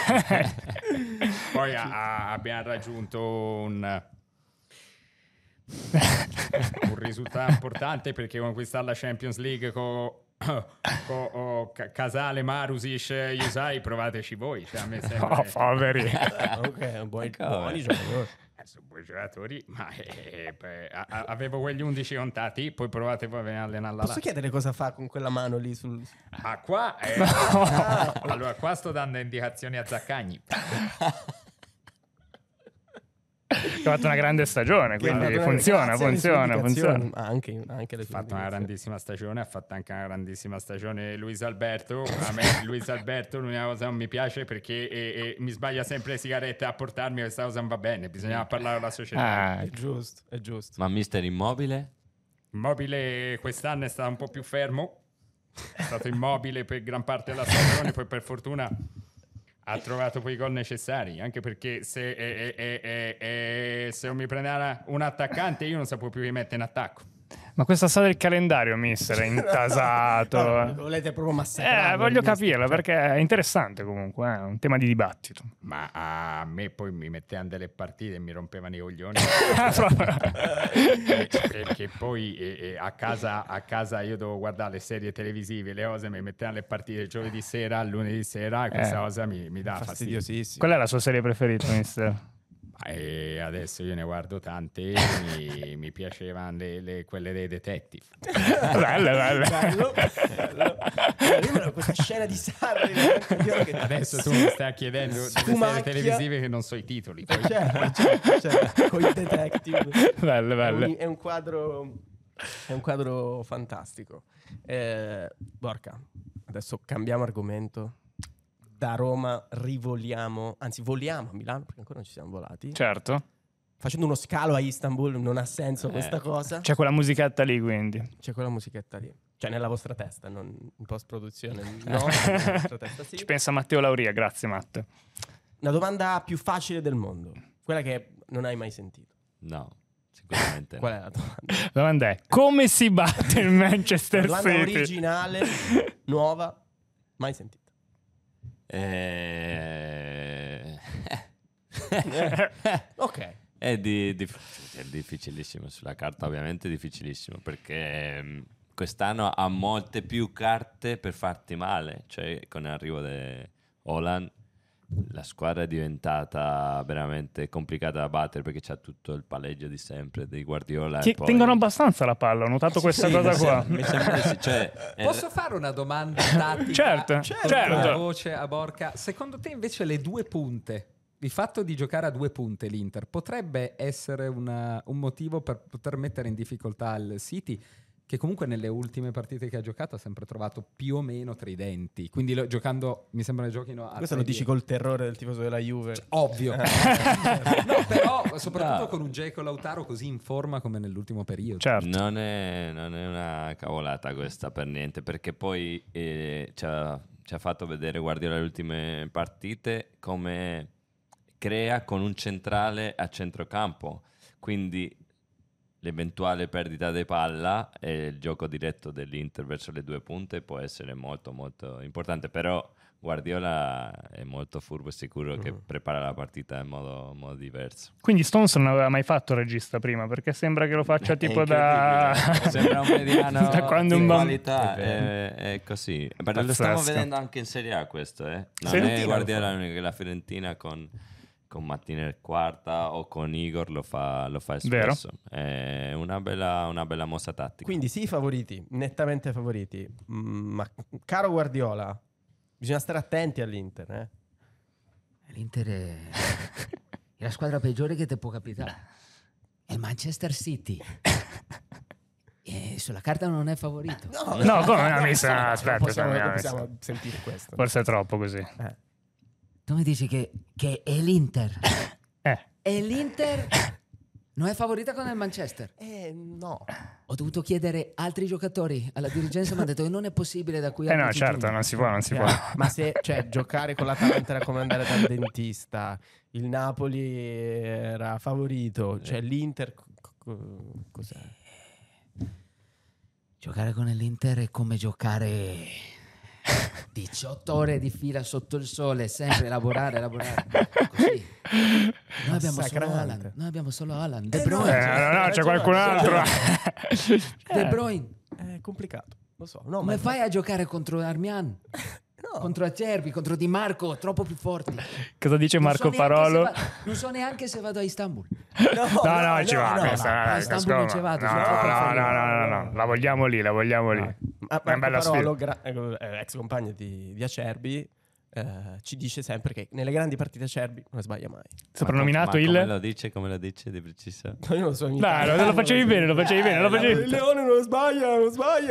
I: Poi a, a, abbiamo raggiunto un, un risultato importante perché conquistare la Champions League con co, oh, Casale, Marusic, Yusai, provateci voi. Cioè, a me sembra...
F: Oh, poveri.
E: Ok, buoni,
C: Come?
E: buoni giocatori.
I: Eh, sono buoni giocatori, ma eh, beh, a- a- avevo quegli undici contati, poi provate voi a venire a allenare la
E: Posso
I: Lazio.
E: chiedere cosa fa con quella mano lì sul...
I: Ah, qua eh, allora qua sto dando indicazioni a Zaccagni.
F: Ha fatto una grande stagione, quindi
E: Grazie
F: funziona,
E: alle sue
F: funziona,
E: indicazioni.
F: funziona.
E: Ah, anche, anche le
I: Ha
E: sue
I: fatto una
E: indicazioni.
I: grandissima stagione, ha fatto anche una grandissima stagione Luis Alberto. A me Luis Alberto l'unica cosa non mi piace perché eh, eh, mi sbaglia sempre le sigarette a portarmi, questa cosa non va bene, bisognava parlare alla società.
F: Ah,
E: È giusto, è giusto.
C: Ma mister Immobile?
I: Immobile quest'anno è stato un po' più fermo, è stato immobile per gran parte della stagione, poi per fortuna ha trovato poi i gol necessari, anche perché se, eh, eh, eh, eh, se non mi prendeva un attaccante io non sapevo più chi mettere in attacco.
F: ma questa sta del calendario, mister, è intasato.
E: No, volete proprio massacrare?
F: Eh, voglio capirla perché è interessante comunque, è un tema di dibattito.
I: Ma a me poi mi mettevano delle partite e mi rompevano i coglioni. Perché poi eh, eh, a, casa, a casa io dovevo guardare le serie televisive, le cose, mi mettevano le partite giovedì sera, lunedì sera, e questa
F: Eh.
I: cosa mi, mi dà fastidio.
E: Fastidiosissimo.
F: Qual è la sua serie preferita, mister?
I: E adesso io ne guardo tante, mi, mi piacevano le, le- quelle dei detective.
F: Belle, belle.
E: Bello, bello. Bello, questa scena di Sarri io che-
I: Adesso tu mi stai chiedendo delle serie
E: Sfumacchia.
I: televisive che non so i titoli. poi-
E: Certo, certo, certo, con i detective.
F: Belle,
E: È
F: belle.
E: un, è un quadro è un quadro fantastico. Eh, Borca, adesso cambiamo argomento. Da Roma rivoliamo, anzi voliamo a Milano perché ancora non ci siamo volati.
F: Certo.
E: Facendo uno scalo a Istanbul, non ha senso
C: Eh.
E: questa cosa.
F: C'è quella musichetta lì, quindi.
E: C'è quella musichetta lì. Cioè nella vostra testa, non in post-produzione. No, nella vostra testa sì.
F: Ci pensa Matteo Lauria, grazie Matte.
E: La domanda più facile del mondo. Quella che non hai mai sentito.
C: No, sicuramente no.
E: Qual è la domanda?
F: La domanda è: come si batte il
E: La
F: Manchester
E: domanda
F: City?
E: originale, nuova, mai sentita.
C: Eh...
E: Ok.
C: È, di- dif- è difficilissimo sulla carta, ovviamente è difficilissimo perché mm, quest'anno ha molte più carte per farti male, cioè con l'arrivo di Haaland la squadra è diventata veramente complicata da battere perché c'ha tutto il palleggio di sempre di Guardiola.
F: Ti-
C: e poi...
F: Tengono abbastanza la palla, ho notato questa
C: Sì,
F: cosa
C: mi
F: qua.
C: sembra- mi sembra di sì, cioè, è-
D: Posso fare una domanda tattica?
F: Certo,
D: Con
F: certo.
D: la voce a Borca. Secondo te invece le due punte, il fatto di giocare a due punte l'Inter, potrebbe essere una- un motivo per poter mettere in difficoltà il City, che comunque nelle ultime partite che ha giocato ha sempre trovato più o meno tra i denti. Quindi lo- giocando, mi sembra che giochino a
E: Questo lo
D: tre
E: dici
D: dietro.
E: col terrore del tifoso della Juve.
D: Ovvio. No, però soprattutto
C: No.
D: con un Dzeko Lautaro così in forma come nell'ultimo periodo.
F: Certo.
C: Non è, non è una cavolata questa per niente, perché poi eh, ci, ha, ci ha fatto vedere Guardiola le ultime partite come crea con un centrale a centrocampo, quindi l'eventuale perdita di palla e il gioco diretto dell'Inter verso le due punte può essere molto molto importante, però Guardiola è molto furbo e sicuro che prepara la partita in modo, modo diverso.
F: Quindi Stones non aveva mai fatto regista prima, perché sembra che lo faccia
C: È
F: tipo da...
C: incredibile. Sembra un mediano
F: da quando
C: di
F: un bamb-
C: qualità,
E: È
C: è, è così. Però lo stiamo
F: Pazzesco.
C: vedendo anche in Serie A questo, eh. Non
F: Fiorentina
C: è
F: lo
C: Guardiola l'unica, che la Fiorentina con, con Mattiner quarta o con Igor lo fa, lo fa spesso. È una bella, una bella mossa tattica.
E: Quindi sì, favoriti, nettamente favoriti. Mm, ma caro Guardiola, bisogna stare attenti all'Inter, eh?
H: L'Inter è... è la squadra peggiore che ti può capitare. È il Manchester City. E sulla carta non è favorito.
E: No,
F: No, come una messa?
E: no,
F: Aspetta,
E: non possiamo,
F: aspetta,
E: non
F: aspetta.
E: possiamo sentire questo.
F: Forse è troppo così.
E: Eh.
H: Tu mi dici che, che è l'Inter.
F: Eh.
H: E l'Inter non è favorita con il Manchester.
E: Eh, no.
H: Ho dovuto chiedere altri giocatori alla dirigenza, mi hanno detto che non è possibile da qui a
F: Eh no,
H: dieci
F: certo,
H: giugno.
F: non si può, non si può.
E: Chiaro. Ma se, cioè, giocare con l'Atalanta era come andare dal dentista, il Napoli era favorito, cioè l'Inter co- co- cos'è?
H: Giocare con l'Inter è come giocare diciotto ore di fila sotto il sole, sempre lavorare, lavorare. Così. Noi abbiamo solo
E: Massacrante.
H: Haaland, noi abbiamo solo Haaland. De
E: Eh,
H: Bruyne,
F: Eh, no, no, no, c'è qualcun altro.
H: De Bruyne.
E: È complicato, lo so. No,
H: Come
E: ma
H: fai a giocare contro Armian?
E: no.
H: Contro Acerbi, contro Di Marco, troppo più forti.
F: Cosa dice
H: Non
F: Marco
H: so neanche
F: Parolo?
H: se va- non so neanche se vado a Istanbul.
F: No, no, ci va.
E: no,
F: questa,
E: no.
F: no,
H: a
F: no,
H: Istanbul non ci vado,
F: no,
H: sono
F: no,
H: troppo
F: no, no,
H: inferiore.
F: no, no, no, la vogliamo lì, la vogliamo lì.
E: Ah,
F: È una bella
E: Marco Parolo,
F: sfida.
E: gra- eh, ex compagno di, di Acerbi, eh, ci dice sempre che nelle grandi partite Acerbi non sbaglia mai.
F: Soprannominato
C: Ma come
F: il...
C: lo dice, come lo dice di preciso?
E: Io non lo so in
F: Dai,
E: Italia.
F: lo, lo facevi bene, lo facevi bene, lo facevi
E: Il leone non sbaglia, non sbaglia.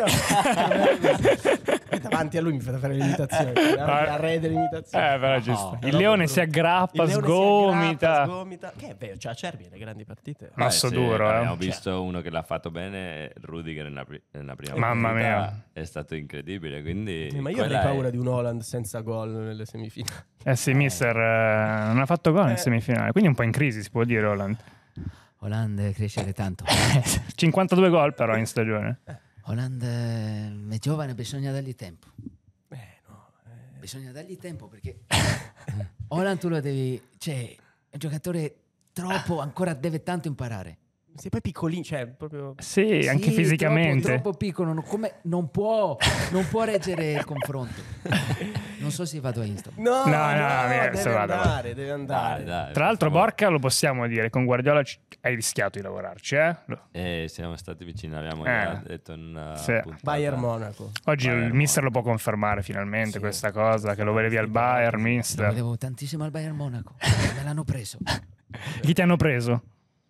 E: Davanti a lui mi fate fare l'imitazione. Davanti al re dell'imitazione.
F: Eh, però giusto.
E: No,
F: Il
E: no,
F: leone
E: brutto.
F: si aggrappa,
E: Il leone si
F: sgomita.
E: aggrappa, sgomita. Che è vero, cioè Acerbi nelle grandi partite.
F: Ma Masso
C: sì,
F: duro, eh.
C: Abbiamo visto uno che l'ha fatto bene, Rudiger nella, pri- nella prima
F: Mamma
C: partita.
F: mia.
C: È stato incredibile, quindi...
E: Eh, ma io
C: quella
E: avrei paura
C: è-
E: di un Haaland senza gol nelle semifinali.
F: Eh sì, mister eh, non ha fatto gol in semifinale, quindi un po' in crisi si può dire Holland.
H: Holland deve crescere tanto.
F: cinquantadue gol però in stagione.
H: Holland eh, è giovane, bisogna dargli tempo.
E: Eh, no, eh.
H: Bisogna dargli tempo perché Holland tu lo devi... Cioè, è un giocatore troppo, ancora deve tanto imparare.
E: Sei poi piccolino, cioè proprio...
F: Sì,
H: Sì,
F: anche fisicamente.
H: Troppo, troppo piccolo, non, come, non, può, non può reggere il confronto. Non so se vado a Instagram.
E: No,
F: No,
E: no,
F: no, no,
E: deve
F: adesso vado,
E: andare, deve andare.
C: Dai, dai,
F: Tra l'altro
C: facciamo-
F: Borca lo possiamo dire, con Guardiola ci- hai rischiato di lavorarci, eh? Lo-
C: Eh, siamo stati vicini, abbiamo
F: Eh.
C: già detto in una
F: Sì.
C: puntata.
E: Bayern Monaco.
F: Oggi
C: Bayern
F: il mister lo può confermare finalmente
E: Sì.
F: questa cosa, che lo vuole via il Bayern,
H: Lo
F: mister.
H: volevo tantissimo al Bayern Monaco. Me l'hanno preso.
F: Chi ti hanno preso?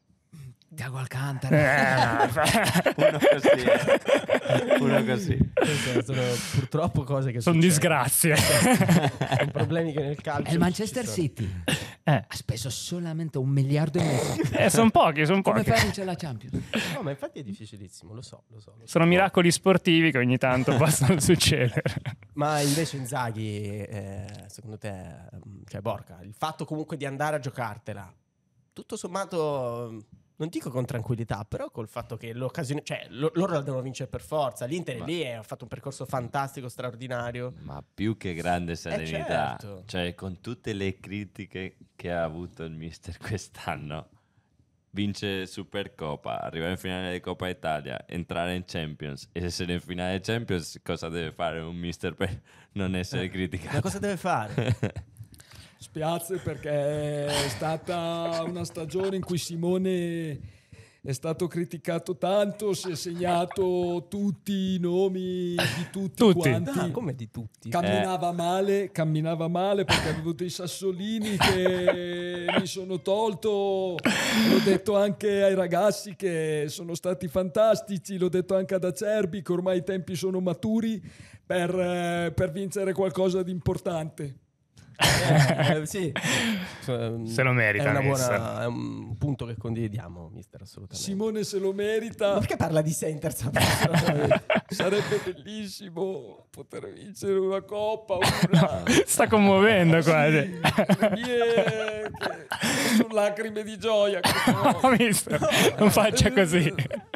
H: Tiago Alcantara.
F: Eh,
C: Uno così. eh. Uno così.
E: Queste sono purtroppo cose che
F: sono
E: succedono.
F: disgrazie.
E: Sono problemi che nel calcio
H: E il Manchester
E: ci sono.
H: City
F: Eh,
H: ha speso solamente un miliardo e mezzo.
F: eh, sono pochi, sono
H: Come
F: pochi.
H: fai a vincere la Champions?
E: No, ma infatti è difficilissimo, lo so, lo so. Lo so.
F: Sono miracoli sportivi che ogni tanto possono succedere.
E: Ma invece Inzaghi, eh, secondo te, mm, cioè Borca, il fatto comunque di andare a giocartela, tutto sommato, non dico con tranquillità, però col fatto che l'occasione, cioè lo- loro la devono vincere per forza, l'Inter è
C: Ma-
E: lì e ha fatto un percorso fantastico, straordinario.
C: Ma più che grande serenità,
E: certo.
C: cioè con tutte le critiche che ha avuto il mister quest'anno, vince Supercoppa, arriva in finale di Coppa Italia, entrare in Champions e essere in finale Champions, cosa deve fare un mister per non essere criticato?
E: Ma cosa deve fare?
J: Spiace perché è stata una stagione in cui Simone è stato criticato tanto, si è segnato tutti i nomi di tutti,
F: Tutti.
J: quanti.
E: Ah, come di tutti?
J: Camminava male, camminava male perché avevo dei sassolini che mi sono tolto. L'ho detto anche ai ragazzi che sono stati fantastici, l'ho detto anche ad Acerbi che ormai i tempi sono maturi per, eh, per vincere qualcosa di importante.
E: Eh, eh, sì.
F: Se lo merita,
E: È, una
F: mister.
E: buona, è un punto che condividiamo, mister, assolutamente.
J: Simone se lo merita.
E: Ma perché parla di sé in terza persona?
J: Sarebbe bellissimo poter vincere una coppa, una...
F: Sta commuovendo qua.
J: Le mie che sono lacrime di gioia. questo-
F: No, mister, non faccia così.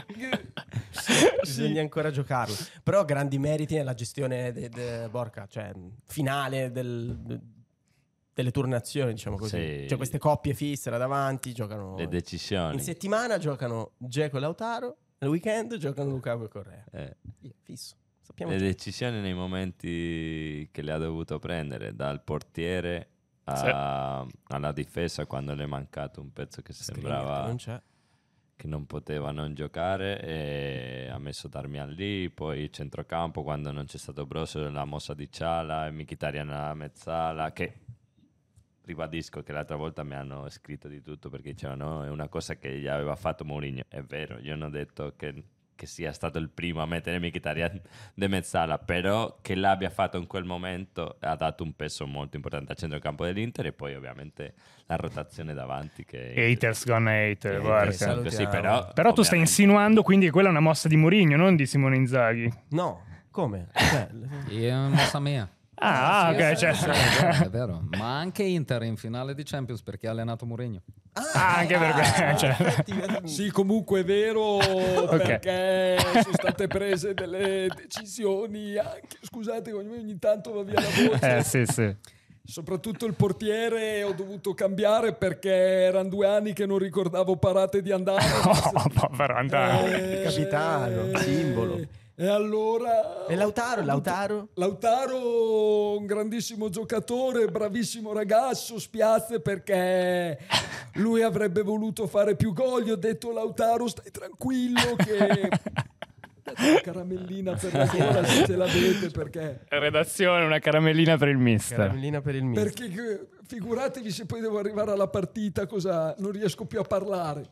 E: Bisogna ancora giocarlo. Però grandi meriti nella gestione de, de Borca, cioè finale del, de- delle turnazioni, diciamo così.
C: Sì.
E: Cioè queste coppie fisse là davanti, giocano
C: Le decisioni.
E: in settimana, giocano Dzeko e Lautaro, nel weekend giocano Lukaku e Correa.
C: Eh.
E: Via, fisso. Sappiamo
C: Le
E: già.
C: decisioni nei momenti che le ha dovuto prendere, dal portiere a- alla difesa quando le è mancato un pezzo che sembrava
E: non c'è.
C: che non poteva non giocare, e ha messo Darmian lì, poi centrocampo quando non c'è stato Broso la mossa di Ciala e Mkhitaryan alla mezzala, che ribadisco che l'altra volta mi hanno scritto di tutto perché dicevano no, è una cosa che gli aveva fatto Mourinho. È vero, io non ho detto che, che sia stato il primo a mettere Mkhitaryan de mezzala, però che l'abbia fatto in quel momento ha dato un peso molto importante al centrocampo dell'Inter, e poi ovviamente la rotazione davanti che
F: Haters gonna hate,
C: che-
F: guarda.
C: che sono così, però,
F: Però tu stai
C: ovviamente-
F: insinuando quindi che quella è una mossa di Mourinho, non di Simone Inzaghi.
E: No, come? Cioè,
H: È una mossa mia.
F: Ah,
H: Sì,
F: ok,
H: è
F: cioè-
H: vero, è vero, è vero. Ma anche Inter in finale di Champions perché ha allenato Mourinho.
F: Ah, anche per que- cioè-
J: Sì, comunque è vero, perché sono state prese delle decisioni anche, scusate, ogni, ogni tanto va via la voce.
F: Eh, sì, sì.
J: Soprattutto il portiere ho dovuto cambiare perché erano due anni che non ricordavo parate di andare.
F: Oh, povero Andare.
J: Eh,
E: capitano, simbolo.
J: E allora...
E: E Lautaro, Lautaro?
J: Lautaro, un grandissimo giocatore, bravissimo ragazzo, spiace perché lui avrebbe voluto fare più gol. Gli ho detto Lautaro stai tranquillo che... Una caramellina per la gola se ce l'avete perché...
F: Redazione, una caramellina per il mister.
E: Caramellina per il mister.
J: Perché che- figuratevi se poi devo arrivare alla partita cosa non riesco più a parlare.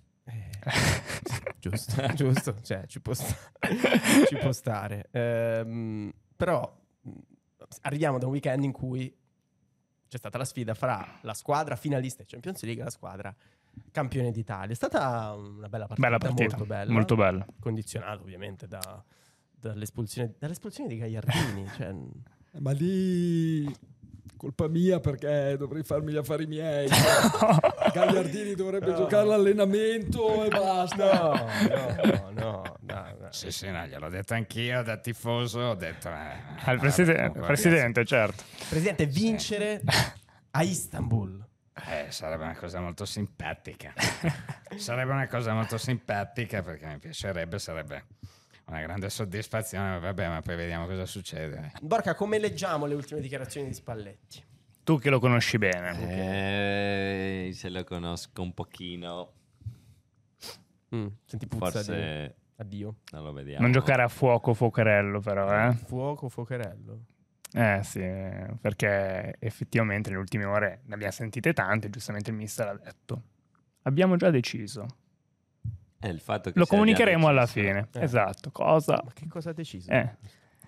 E: Giusto, giusto, cioè ci può stare. ci può stare. Ehm, però mh, arriviamo da un weekend in cui c'è stata la sfida fra la squadra finalista di Champions League e la squadra campione d'Italia. È stata una bella partita,
F: Bella partita,
E: molto bella,
F: molto bella.
E: condizionata ovviamente da, dall'espulsione, dall'espulsione di Gagliardini. Cioè,
J: Eh, Ma lì colpa mia perché dovrei farmi gli affari miei. Gagliardini dovrebbe giocare l'allenamento e basta.
E: no, no, no, no, no.
I: Sì, sì, no, gliel'ho detto anch'io da tifoso, ho detto... Eh,
F: Al preside-
I: comunque,
F: presidente, certo.
E: Presidente, vincere a Istanbul.
I: Eh, sarebbe una cosa molto simpatica. Sarebbe una cosa molto simpatica perché mi piacerebbe, sarebbe una grande soddisfazione. Vabbè, ma poi vediamo cosa succede.
E: Borca, come leggiamo le ultime dichiarazioni di Spalletti?
F: Tu che lo conosci bene.
C: Eh, se lo conosco un pochino,
E: Mm, senti puzza
C: forse
E: di... Addio.
C: non lo vediamo.
F: Non giocare a fuoco fuocherello però, eh.
E: Fuoco, fuocherello.
F: Eh sì, perché effettivamente nelle ultime ore ne abbiamo sentite tante, giustamente il mister ha detto. Abbiamo già deciso.
C: È il fatto che
F: Lo
C: sia già
F: comunicheremo alla
C: deciso.
F: fine.
E: Eh.
F: Esatto. Cosa?
E: Ma che cosa ha deciso?
F: Eh.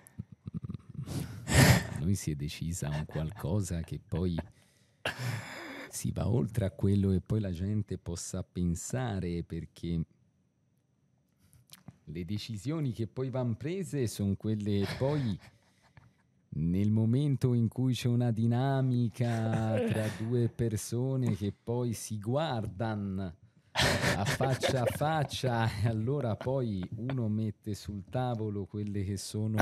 D: A noi si è decisa un qualcosa che poi si va oltre a quello che poi la gente possa pensare, perché le decisioni che poi vanno prese sono quelle che poi nel momento in cui c'è una dinamica tra due persone che poi si guardano a faccia a faccia, e allora poi uno mette sul tavolo quelle che sono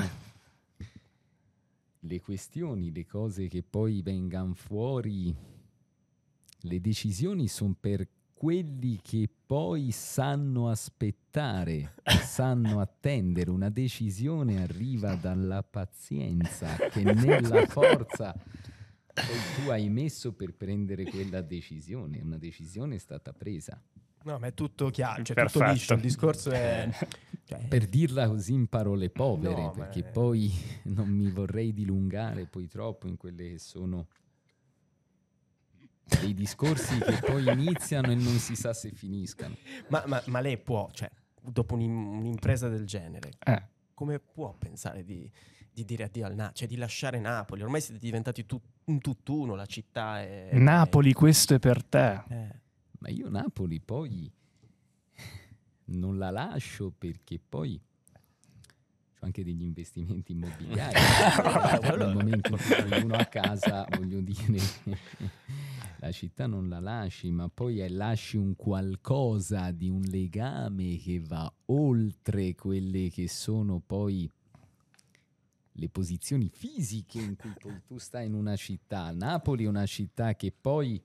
D: le questioni, le cose che poi vengano fuori. Le decisioni sono per quelli che poi sanno aspettare, sanno attendere. Una decisione arriva dalla pazienza che nella forza poi tu hai messo per prendere quella decisione. Una decisione è stata presa.
E: No, ma è tutto chiaro, cioè
F: Perfetto.
E: tutto liscio. Il discorso è... cioè,
D: Per dirla così in parole povere,
E: No, ma
D: perché
E: è-
D: poi non mi vorrei dilungare poi troppo in quelle che sono dei discorsi che poi iniziano e non si sa se finiscano.
E: ma, ma- ma lei può, cioè, dopo un'im- un'impresa del genere,
F: Eh.
E: come può pensare di, di dire addio al Napoli? Cioè di lasciare Napoli? Ormai siete diventati tu- un tutt'uno, la città è...
F: Napoli, questo è per te.
E: Eh.
D: Ma io Napoli poi non la lascio perché poi ho anche degli investimenti immobiliari. Nel momento in cui uno a casa, voglio dire, la città non la lasci, ma poi è lasci un qualcosa di un legame che va oltre quelle che sono poi le posizioni fisiche in cui poi tu stai in una città. Napoli è una città che poi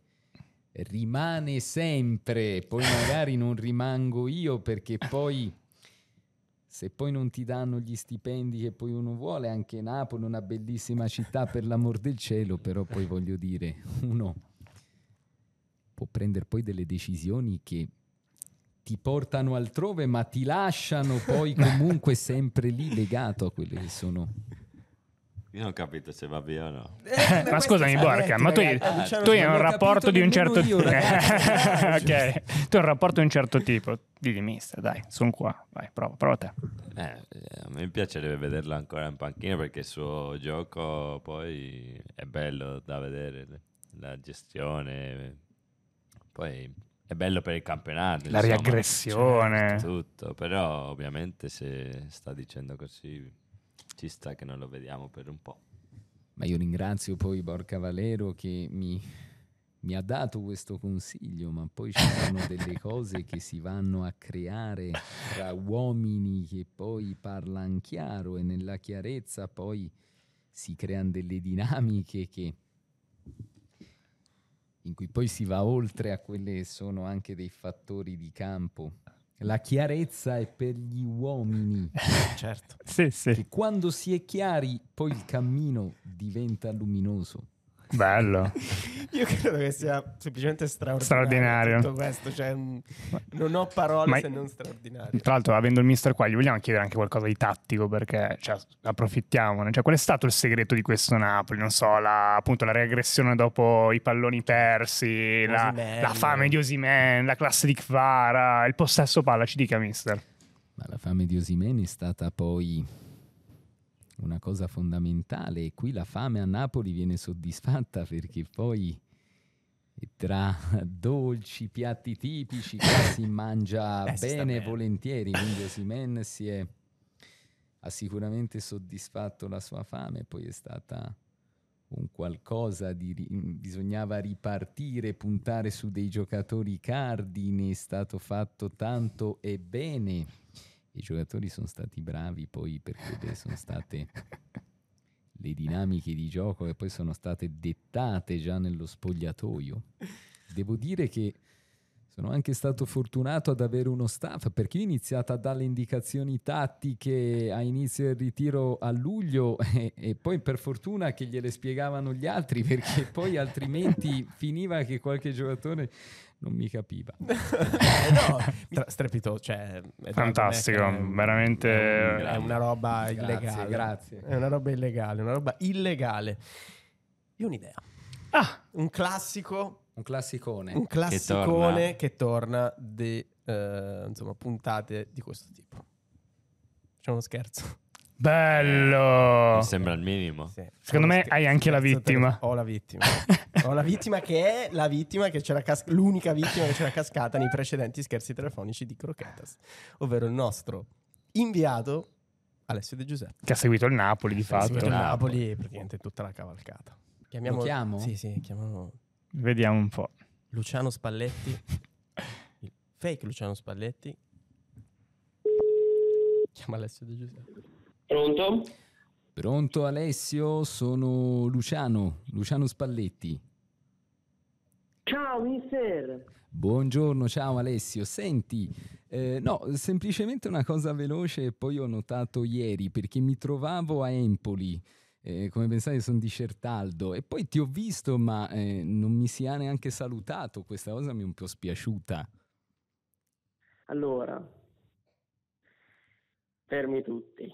D: rimane sempre, poi magari non rimango io perché poi se poi non ti danno gli stipendi che poi uno vuole, anche Napoli è una bellissima città per l'amor del cielo, però poi voglio dire, uno può prendere poi delle decisioni che ti portano altrove ma ti lasciano poi comunque sempre lì legato a quelle che sono.
C: Io non ho capito se va via o no.
F: Eh, ma scusami Borca, ma tu,
E: ragazzi,
F: tu hai
D: non
F: un
D: l'ho
F: rapporto
D: capito
F: di un
D: nemmeno
F: certo
D: io,
F: tipo.
D: ragazzi.
F: Ok, tu hai un rapporto di un certo tipo. Dì mister, dai, sono qua. Vai, prova, prova te.
C: Eh, a me piacerebbe vederlo ancora in panchina perché il suo gioco poi è bello da vedere, la gestione, poi è bello per il campionato.
F: La
C: insomma,
F: riaggressione.
C: certo, tutto, però ovviamente se sta dicendo così ci sta che non lo vediamo per un po'.
D: Ma io ringrazio poi Borca Valero che mi, mi ha dato questo consiglio, ma poi ci sono delle cose che si vanno a creare tra uomini che poi parlano chiaro e nella chiarezza poi si creano delle dinamiche che, in cui poi si va oltre a quelle che sono anche dei fattori di campo. La chiarezza è per gli uomini.
E: Certo.
F: Sì, sì.
D: Che quando si è chiari, poi il cammino diventa luminoso.
F: Bello.
E: Io credo che sia semplicemente straordinario,
F: Straordinario.
E: tutto questo, cioè, mh, non ho parole
F: Ma-
E: se non straordinario.
F: Tra l'altro, avendo il mister qua, gli vogliamo chiedere anche qualcosa di tattico, perché cioè, approfittiamone. Cioè, qual è stato il segreto di questo Napoli? Non so, la, appunto la reaggressione dopo i palloni persi, la,
E: Osimhen.
F: la fame di Osimhen, la classe di Kvara, il possesso palla, ci dica mister.
D: Ma la fame di Osimhen è stata poi una cosa fondamentale e qui la fame a Napoli viene soddisfatta perché poi tra dolci, piatti tipici qua si mangia
E: Eh, si sta
D: bene e
E: bene.
D: volentieri, quindi Osimhen si è, ha sicuramente soddisfatto la sua fame, poi è stata un qualcosa di ri- bisognava ripartire, puntare su dei giocatori cardine, è stato fatto tanto e bene. I giocatori sono stati bravi poi perché sono state le dinamiche di gioco che poi sono state dettate già nello spogliatoio. Devo dire che sono anche stato fortunato ad avere uno staff perché io ho iniziato a dare le indicazioni tattiche a inizio del ritiro a luglio e, e poi per fortuna che gliele spiegavano gli altri perché poi altrimenti finiva che qualche giocatore non mi capiva.
E: Eh, no, tra- strepitoso, cioè, è
F: Fantastico,
E: è un-
F: veramente.
E: è una roba
D: Grazie,
E: illegale.
D: grazie.
E: È una roba illegale, una roba illegale. Io ho un'idea.
F: Ah,
E: Un classico,
D: Un classicone.
E: un classicone che torna di eh, insomma, puntate di questo tipo. C'è uno scherzo.
F: bello.
C: Mi sembra il minimo.
E: Sì.
F: Secondo
E: Uno
F: me
E: scher-
F: hai anche la
E: scherzo
F: vittima.
E: tele- Ho la vittima. Ho la vittima che è la vittima che c'era cas- l'unica vittima che c'era cascata nei precedenti scherzi telefonici di Croquetas, ovvero il nostro inviato Alessio De Giuseppe.
F: Che ha seguito il Napoli di
E: Ha
F: fatto.
E: seguito il
C: Napoli.
E: Napoli e praticamente tutta la cavalcata. Chiamiamo...
D: Lo chiamo?
E: Sì, sì, chiamiamo
F: Vediamo un po'.
E: Luciano Spalletti. Il fake Luciano Spalletti. Chiama Alessio De Giuseppe.
K: Pronto?
D: Pronto Alessio, sono Luciano, Luciano Spalletti.
K: Ciao mister.
D: Buongiorno, ciao Alessio. Senti, eh, no, semplicemente una cosa veloce e poi ho notato ieri perché mi trovavo a Empoli, eh, come pensate sono di Certaldo e poi ti ho visto ma eh, non mi si ha neanche salutato, questa cosa mi è un po' spiaciuta.
K: Allora, fermi tutti.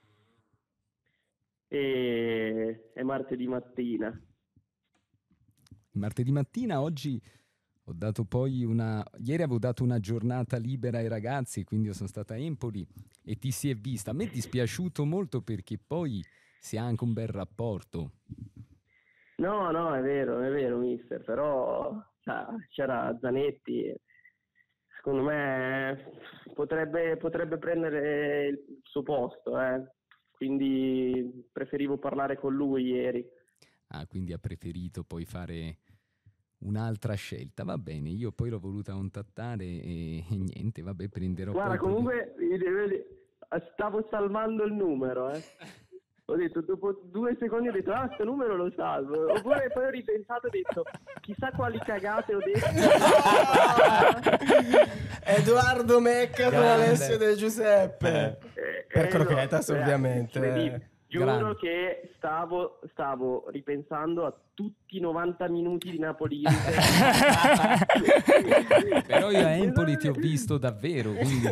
K: E... È martedì mattina.
D: Martedì mattina, oggi ho dato poi una... Ieri avevo dato una giornata libera ai ragazzi, quindi io sono stata a Empoli e ti si è vista. A me è dispiaciuto molto perché poi si ha anche un bel rapporto.
K: No, no, è vero, è vero mister, però sa, c'era Zanetti. Secondo me potrebbe, potrebbe prendere il suo posto, eh. Quindi preferivo parlare con lui ieri.
D: Ah, quindi ha preferito poi fare un'altra scelta. Va bene, io poi l'ho voluta contattare e, e niente, vabbè, prenderò
K: Guarda,
D: poi...
K: comunque vedi, vedi, stavo salvando il numero, eh. ho detto, dopo due secondi ho detto, ah, sto numero lo salvo. Oppure poi ho ripensato e ho detto, chissà quali cagate ho detto.
E: Edoardo Mecca con Alessio De Giuseppe.
K: Eh,
E: Per
K: eh,
E: Croquetas,
K: no,
E: ovviamente.
K: vedi, giuro
E: Grande.
K: che stavo, stavo ripensando a tutti i novanta minuti di Napoli.
D: Però io a Empoli ti ho visto davvero, quindi...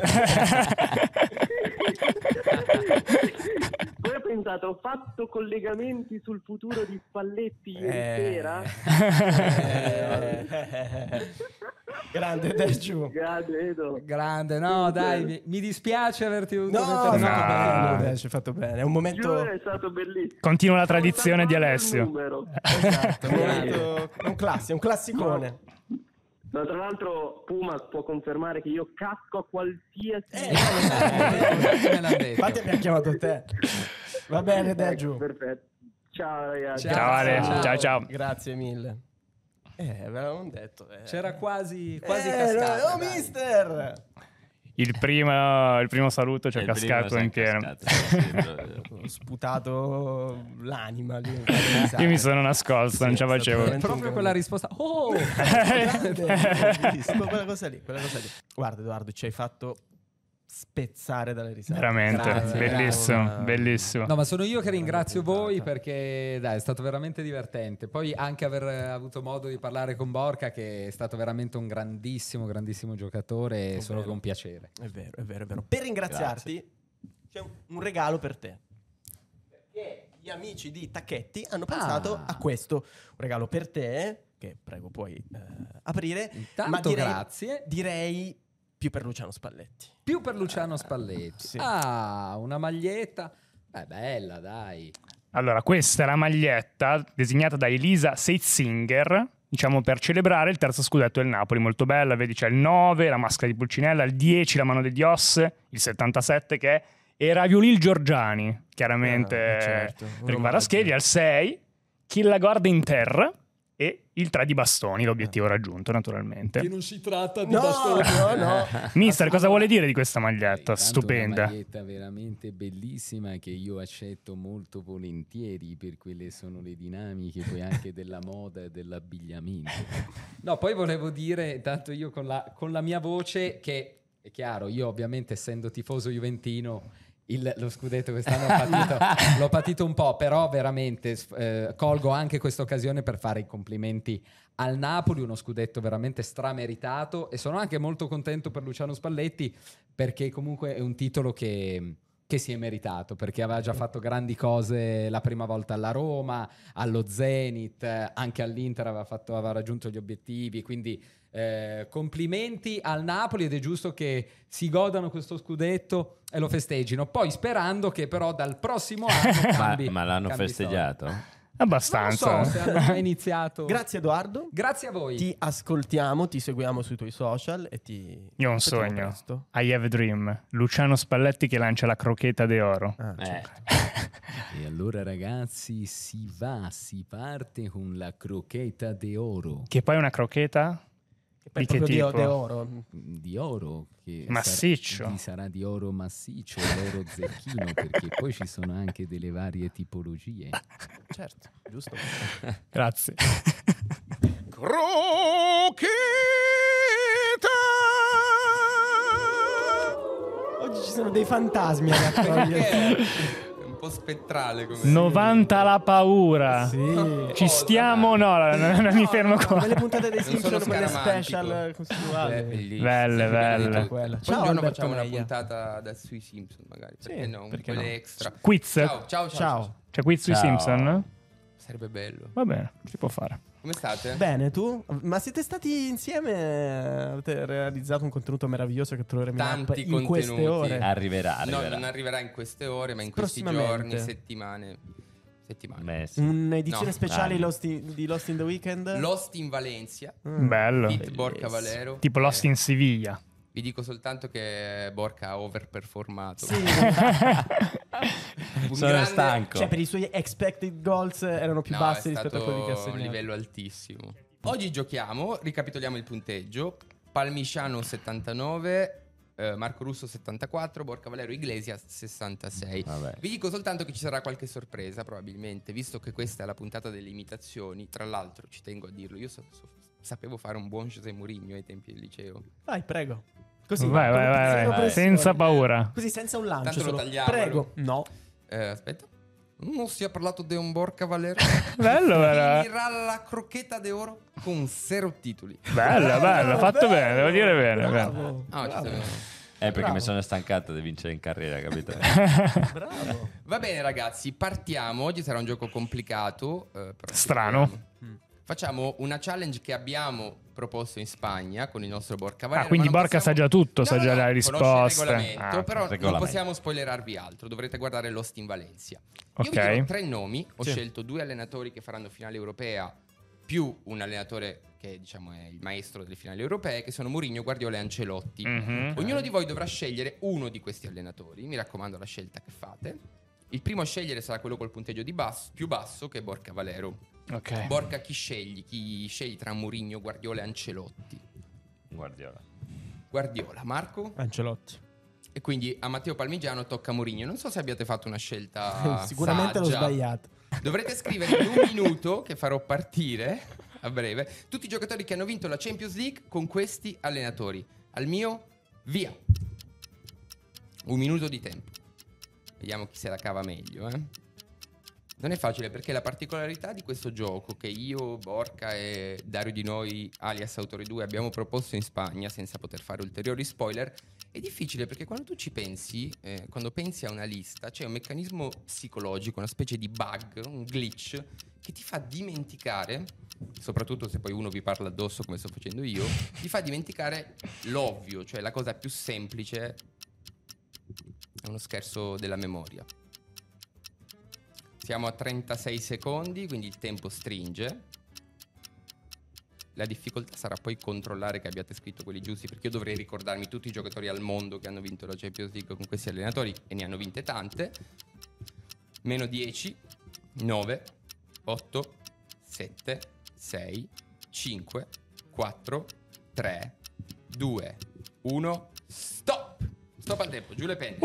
K: Poi ho pensato, ho fatto collegamenti sul futuro di Spalletti ieri
E: Eh.
K: sera.
E: Eh. Grande Deju.
K: Grande, Edo.
D: Grande, no dai, mi, mi dispiace averti avuto
E: No,
D: per-
E: hai fatto
F: No.
E: bene, Deju, hai fatto bene. È un momento...
K: Giuro, è stato bellissimo.
F: Continua la tradizione
K: Stavo
F: di
K: salvando
F: Alessio.
K: il numero.
E: Esatto, un momento... È un classico, un classicone.
K: No, tra l'altro Puma può confermare che io casco a qualsiasi...
E: Eh,
D: me l'ha detto.
E: Infatti abbiamo chiamato te. Va bene, Deju.
K: Ecco, perfetto. Ciao ragazzi.
F: Ciao, Ale. Ciao, ciao.
E: Grazie mille. Eh, avevamo detto. Eh.
D: C'era quasi, quasi
E: Eh,
D: cascato.
E: oh,
D: dai.
E: mister!
F: Il primo, il primo saluto ci ha
C: Il primo
F: cascato
C: si è
F: in pieno.
C: cascato, sì, sì, proprio.
E: Ho sputato l'anima lì.
F: Io mi sono nascosto, non ce la facevo.
E: Sì,
D: Proprio quella risposta. Oh!
E: Bellissimo, quella cosa lì, quella cosa lì. Guarda Edoardo, ci hai fatto spezzare dalle risate.
F: Veramente,
E: Grazie,
F: bellissimo,
E: bravo.
F: bellissimo.
D: No, ma sono io che ringrazio voi perché dai, è stato veramente divertente. Poi anche aver avuto modo di parlare con Borca, che è stato veramente un grandissimo, grandissimo giocatore,
E: È
D: solo
E: vero.
D: che un piacere.
E: È vero, è vero, è vero. Per ringraziarti c'è un, un regalo per te. Perché gli amici di Tacchetti hanno pensato
D: Ah.
E: a questo. Un regalo per te, che prego puoi eh, aprire.
D: Intanto
E: ma direi,
D: grazie.
E: Direi più per Luciano Spalletti.
D: Più per Luciano Spalletti.
E: Sì.
D: Ah, una maglietta. Beh, bella, dai.
F: Allora, questa è la maglietta disegnata da Elisa Seitzinger, diciamo per celebrare il terzo scudetto del Napoli. Molto bella, vedi c'è il nove, la maschera di Pulcinella, il dieci, la mano degli Oss, il settantasette che è e Raviolil Giorgiani, chiaramente
E: Ah, certo, un
F: per
E: omaggio.
F: Kvaratskhelia, il sei, Killagord in terra e il tre di bastoni, l'obiettivo raggiunto naturalmente.
J: Che non si tratta di
E: No,
J: bastoni.
E: no, no.
F: Mister, cosa vuole dire di questa
D: Dai,
F: maglietta?
D: tanto
F: Stupenda.
D: Una maglietta veramente bellissima che io accetto molto volentieri, per quelle sono le dinamiche poi anche della moda e dell'abbigliamento. No, poi volevo dire, tanto io con la, con la mia voce, che è chiaro, io ovviamente essendo tifoso juventino il- lo scudetto quest'anno l'ho patito, l'ho patito un po', però veramente eh, colgo anche questa occasione per fare i complimenti al Napoli, uno scudetto veramente strameritato, e sono anche molto contento per Luciano Spalletti perché comunque è un titolo che, che si è meritato, perché aveva già fatto grandi cose la prima volta alla Roma, allo Zenit, eh, anche all'Inter aveva, fatto, aveva raggiunto gli obiettivi, quindi eh, complimenti al Napoli, ed è giusto che si godano questo scudetto e lo festeggino, poi sperando che però dal prossimo anno
C: Ma,
D: cambi,
C: ma l'hanno
D: cambi
C: festeggiato?
D: storia.
F: Abbastanza.
D: Non lo so se hanno già iniziato.
E: Grazie Edoardo.
D: Grazie a voi.
E: Ti ascoltiamo, ti seguiamo sui tuoi social e ti...
F: Io ho un
E: aspettiamo
F: sogno.
E: presto.
F: I have a dream. Luciano Spalletti che lancia la crocchetta d'oro.
E: Ah,
C: Eh,
E: certo.
D: E allora ragazzi si va, si parte con la crocchetta de oro.
F: Che poi è una crocchetta?
E: E poi
F: Di che
E: proprio
F: tipo?
E: di, di oro.
D: Di oro che
F: Massiccio.
D: sarà, di- sarà di oro massiccio, l'oro zecchino, perché poi ci sono anche delle varie tipologie.
E: Certo, giusto.
F: Grazie.
E: Oggi ci sono dei fantasmi ad accogliere.
H: È un po' spettrale come
F: novanta la paura.
E: Sì.
F: Ci stiamo? No, non, non mi fermo qua.
E: Come le puntate dei
H: Non
E: Simpson,
H: sono
E: quelle
H: scaramantico.
E: special costuali.
H: Beh, bellissimo.
F: Belle, belle.
E: Quella.
H: Poi
E: Ciao,
H: un giorno
E: Alberto
H: facciamo una
E: Meia.
H: puntata da, sui Simpson magari.
E: Sì,
H: Perché no?
E: perché
H: Quelle
E: no.
H: extra.
F: Quiz?
H: Ciao, ciao, ciao.
E: Ciao.
F: C'è quiz sui
C: Ciao.
F: Simpson?
H: Sarebbe bello.
F: Va bene, si può fare.
H: Come state?
E: Bene, tu? Ma siete stati insieme? Avete realizzato un contenuto meraviglioso che troveremo in app
H: Tanti
E: in queste
H: contenuti.
E: ore.
C: arriverà,
H: No,
C: arriverà.
H: non arriverà in queste ore, ma in questi
E: Prossimamente.
H: giorni, settimane. Settimane.
C: Messi.
E: Un'edizione
H: No,
E: speciale
C: anni.
E: Lost in- di Lost in the Weekend?
H: Lost in Valencia.
E: Mm.
F: Bello.
H: Hit Borca
E: Bellissimo.
H: Valero.
F: Tipo Lost
H: Eh,
F: in Siviglia.
H: Vi dico soltanto che Borca ha overperformato.
E: Sì.
H: Un
C: Sono
H: grande-
C: stanco.
E: Cioè, per i suoi expected goals erano più
H: No,
E: bassi
H: è
E: rispetto a
H: stato
E: quelli che ha
H: un
E: segnato.
H: livello altissimo. Oggi giochiamo, ricapitoliamo il punteggio. Palmisciano settantanove,
L: eh, Marco Russo settantaquattro, Borca Valero Iglesias sessantasei.
C: Vabbè.
L: Vi dico soltanto che ci sarà qualche sorpresa probabilmente, visto che questa è la puntata delle imitazioni. Tra l'altro ci tengo a dirlo, io so, so, sapevo fare un buon José Mourinho ai tempi del liceo.
E: Vai, prego. Così,
F: vai, vai, vai, vai. Senza paura.
E: Così, senza un lancio.
L: Tanto lo
E: solo.
L: tagliamo.
E: Prego. No.
L: Eh, aspetta. Non si è parlato di un Borca Valero.
F: Bello, bello.
L: Finirà la crocchetta d'oro con zero titoli.
F: Bello, bello, fatto bene, devo dire bene. bene.
E: Bravo.
L: Ah, ci sapevo.
C: Eh, perché
E: Bravo.
C: mi sono stancato di vincere in carriera, capito?
E: Bravo.
L: Va bene ragazzi, partiamo. Oggi sarà un gioco complicato, eh, però ci
F: Strano.
L: proviamo. Facciamo una challenge che abbiamo proposto in Spagna con il nostro Borca Valero.
F: Ah, quindi
L: ma non
F: Borca
L: possiamo-
F: sa già tutto,
L: No,
F: sa
L: no,
F: già
L: no,
F: le
L: conosce il
F: risposte.
L: regolamento,
F: Ah,
L: però non
C: regolamento.
L: possiamo spoilerarvi altro. Dovrete guardare Lost in Valencia. Io
F: Ok.
L: vi dirò tre nomi. Ho
E: Sì.
L: scelto due allenatori che faranno finale europea più un allenatore che diciamo è il maestro delle finali europee, che sono Mourinho, Guardiola e Ancelotti.
F: Mhm.
L: Ognuno di voi dovrà scegliere uno di questi allenatori. Mi raccomando la scelta che fate. Il primo a scegliere sarà quello col punteggio di basso, più basso, che è Borca Valero.
F: Ok.
L: Borca, chi scegli? Chi scegli tra Mourinho, Guardiola e Ancelotti?
C: Guardiola.
L: Guardiola, Marco?
E: Ancelotti.
L: E quindi a Matteo Palmigiano tocca Mourinho. Non so se abbiate fatto una scelta
E: Sicuramente l'ho
L: saggia.
E: sbagliato.
L: Dovrete scrivere in un minuto, che farò partire a breve, tutti i giocatori che hanno vinto la Champions League con questi allenatori. Al mio, via. Un minuto di tempo. Vediamo chi se la cava meglio, eh. Non è facile perché la particolarità di questo gioco che io, Borca e Dario Di Noi, alias Autore due, abbiamo proposto in Spagna senza poter fare ulteriori spoiler, è difficile perché quando tu ci pensi, eh, quando pensi a una lista, c'è un meccanismo psicologico, una specie di bug, un glitch che ti fa dimenticare, soprattutto se poi uno vi parla addosso come sto facendo io, ti fa dimenticare l'ovvio, cioè la cosa più semplice. È uno scherzo della memoria. Siamo a trentasei secondi, quindi il tempo stringe. La difficoltà sarà poi controllare che abbiate scritto quelli giusti, perché io dovrei ricordarmi tutti i giocatori al mondo che hanno vinto la Champions League con questi allenatori, e ne hanno vinte tante. Meno dieci, nove, otto, sette, sei, cinque, quattro, tre, due, uno, stop! Stop al tempo, giù le penne.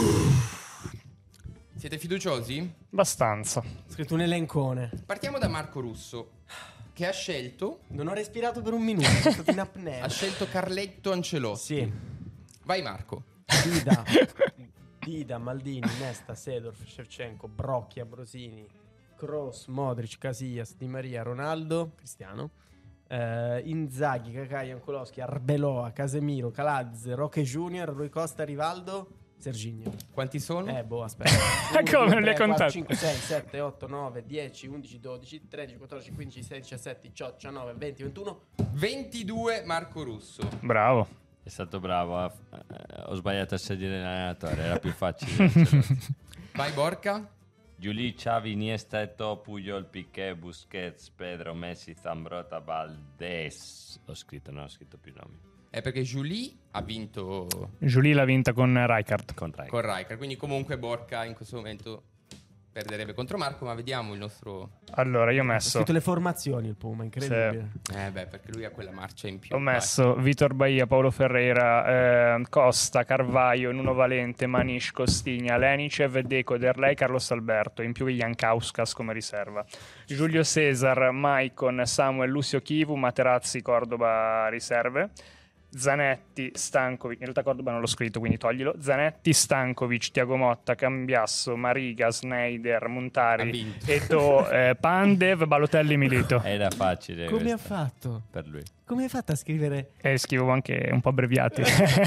L: Siete fiduciosi?
F: Abbastanza.
E: Ho scritto un elencone.
L: Partiamo da Marco Russo, che ha scelto
E: Non ho respirato per un minuto, sono stato in apnea.
L: ha scelto Carletto Ancelotti.
E: Sì.
L: Vai Marco.
E: Dida, Dida, Maldini, Nesta, Sedorf, Shevchenko, Brocchi, Ambrosini, Kroos, Modric, Casillas, Di Maria, Ronaldo, Cristiano, eh, Inzaghi, Kaká, Jankolowski, Arbeloa, Casemiro, Calazze, Roque Junior, Rui Costa, Rivaldo, Serginho.
L: Quanti sono?
E: Eh, boh, aspetta.
F: Come non li hai contati?
E: cinque, sei, sette, otto, nove, dieci, undici, dodici, tredici, quattordici, quindici, sedici, diciassette, diciotto, diciannove, venti, ventuno.
L: ventidue Marco Russo.
F: Bravo.
C: È stato bravo. a- eh, ho sbagliato a scegliere l'allenatore, era più facile. Ancelotti.
L: Vai Borca.
C: Giulì, Xavi, Iniesta, Eto'o, Puyol, Piqué, Busquets, Pedro, Messi, Zambrotta, Valdés. Ho scritto, non ho scritto più nomi.
L: È perché Julie ha vinto
F: Julie l'ha vinta con Rijkaard.
C: Con Rijkaard.
L: con Rijkaard, quindi comunque Borca in questo momento perderebbe contro Marco, ma vediamo il nostro...
F: Allora, io ho
E: Ho
F: messo...
E: scritto le formazioni il Puma, incredibile.
L: Eh beh, perché lui ha quella marcia in più.
F: Ho messo Vitor Baia, Paolo Ferreira, eh, Costa, Carvaio, Nuno Valente, Manish, Costigna, Lenicev, Deco, Derlei, Carlos Alberto, in più Jankauskas come riserva. Giulio Cesar, Maicon, Samuel, Lucio Chivu, Materazzi, Cordoba riserve. Zanetti, Stankovic, in realtà Cordoba non l'ho scritto quindi toglilo. Zanetti, Stankovic, Tiago Motta, Cambiasso, Mariga, Schneider,
L: Ha
F: Montari,
L: vinto.
F: Eto'o, eh, Pandev, Balotelli, Milito.
C: Era facile.
E: Come ha
C: questa
E: fatto?
C: per lui?
E: Come hai fatto a scrivere?
F: E scrivo anche un po' abbreviati.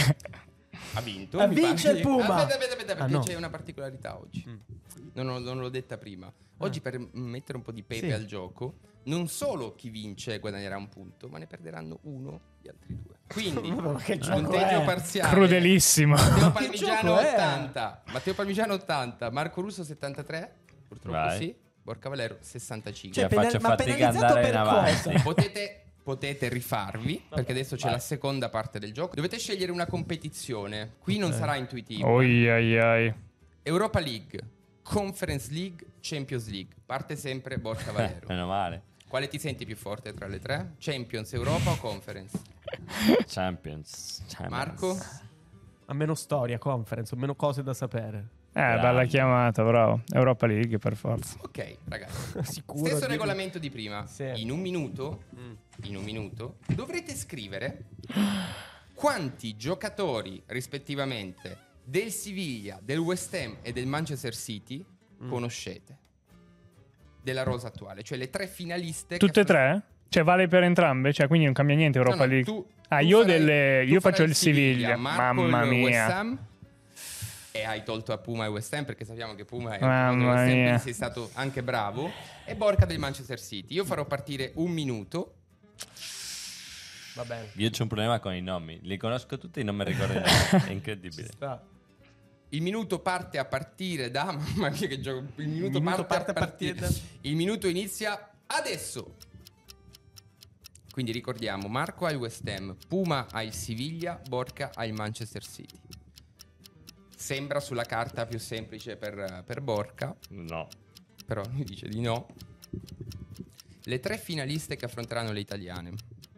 L: Ha vinto.
E: Ah,
L: mi
E: vince
L: pare.
E: il Puma.
L: Aspetta, aspetta, aspetta, perché
E: Ah, no.
L: c'è una particolarità oggi. Non, ho- non l'ho detta prima. Oggi per mettere un po' di pepe
E: Sì.
L: al gioco, non solo chi vince guadagnerà un punto, ma ne perderanno uno gli altri due. Quindi,
E: Ma che gioco
L: punteggio
E: è?
L: parziale.
F: Crudelissimo.
L: Matteo
E: Che
L: Palmigiano
E: gioco è?
L: ottanta, Matteo Palmigiano ottanta, Marco Russo settantatré, purtroppo
C: Vai.
L: sì, Borca Valero sessantacinque.
C: Cioè,
E: penal-
C: faccio
E: ma
C: fatica a
E: penalizzato
C: andare
E: per
C: in avanti.
E: cosa?
L: Potete, potete rifarvi, perché adesso c'è
C: vai.
L: la seconda parte del gioco. Dovete scegliere una competizione. Qui non sarà intuitivo.
F: Oi, ai, ai.
L: Europa League, Conference League, Champions League. Parte sempre Borca Valero.
C: Meno male.
L: Quale ti senti più forte tra le tre? Champions, Europa o Conference?
C: Champions. Champions.
L: Marco?
E: Ha meno storia, conference, ho meno cose da sapere.
F: Eh, bella chiamata, bravo. Europa League per forza.
L: Ok, ragazzi.
E: Sicuro
L: Stesso
E: di-
L: regolamento di prima.
E: Sì.
L: In un minuto,
E: Mm.
L: in un minuto, dovrete scrivere quanti giocatori, rispettivamente, del Siviglia, del West Ham e del Manchester City
E: Mm.
L: conoscete. Della rosa attuale. Cioè le tre finaliste.
F: Tutte e
L: che affron-
F: tre? Cioè vale per entrambe? Cioè quindi non cambia niente Europa
L: No, no,
F: League?
L: tu-
F: ah,
L: tu
F: io,
L: farai-
F: delle,
L: tu
F: io
L: farai
F: faccio il Siviglia.
L: Marco
F: Mamma
L: il West
F: mia.
L: Ham. E hai tolto a Puma e West Ham perché sappiamo che Puma è il
F: Mamma
L: tifoso del West Ham,
F: mia.
L: quindi sei stato anche bravo. E Borca del Manchester City. Io farò partire un minuto.
E: Va bene.
C: Io c'ho un problema con i nomi. Li conosco tutti e non mi ricordo i nomi. È incredibile.
E: Sta.
L: Il minuto parte a partire da. Mamma mia, che gioco! Il minuto,
E: Il minuto
L: parte,
E: parte
L: a
E: a
L: partire.
E: partire
L: Il minuto inizia adesso. Quindi ricordiamo: Marco ha il West Ham, Puma ha il Siviglia, Borca ha il Manchester City. Sembra sulla carta più semplice per, per Borca.
C: No.
L: Però lui dice di no. Le tre finaliste che affronteranno le italiane.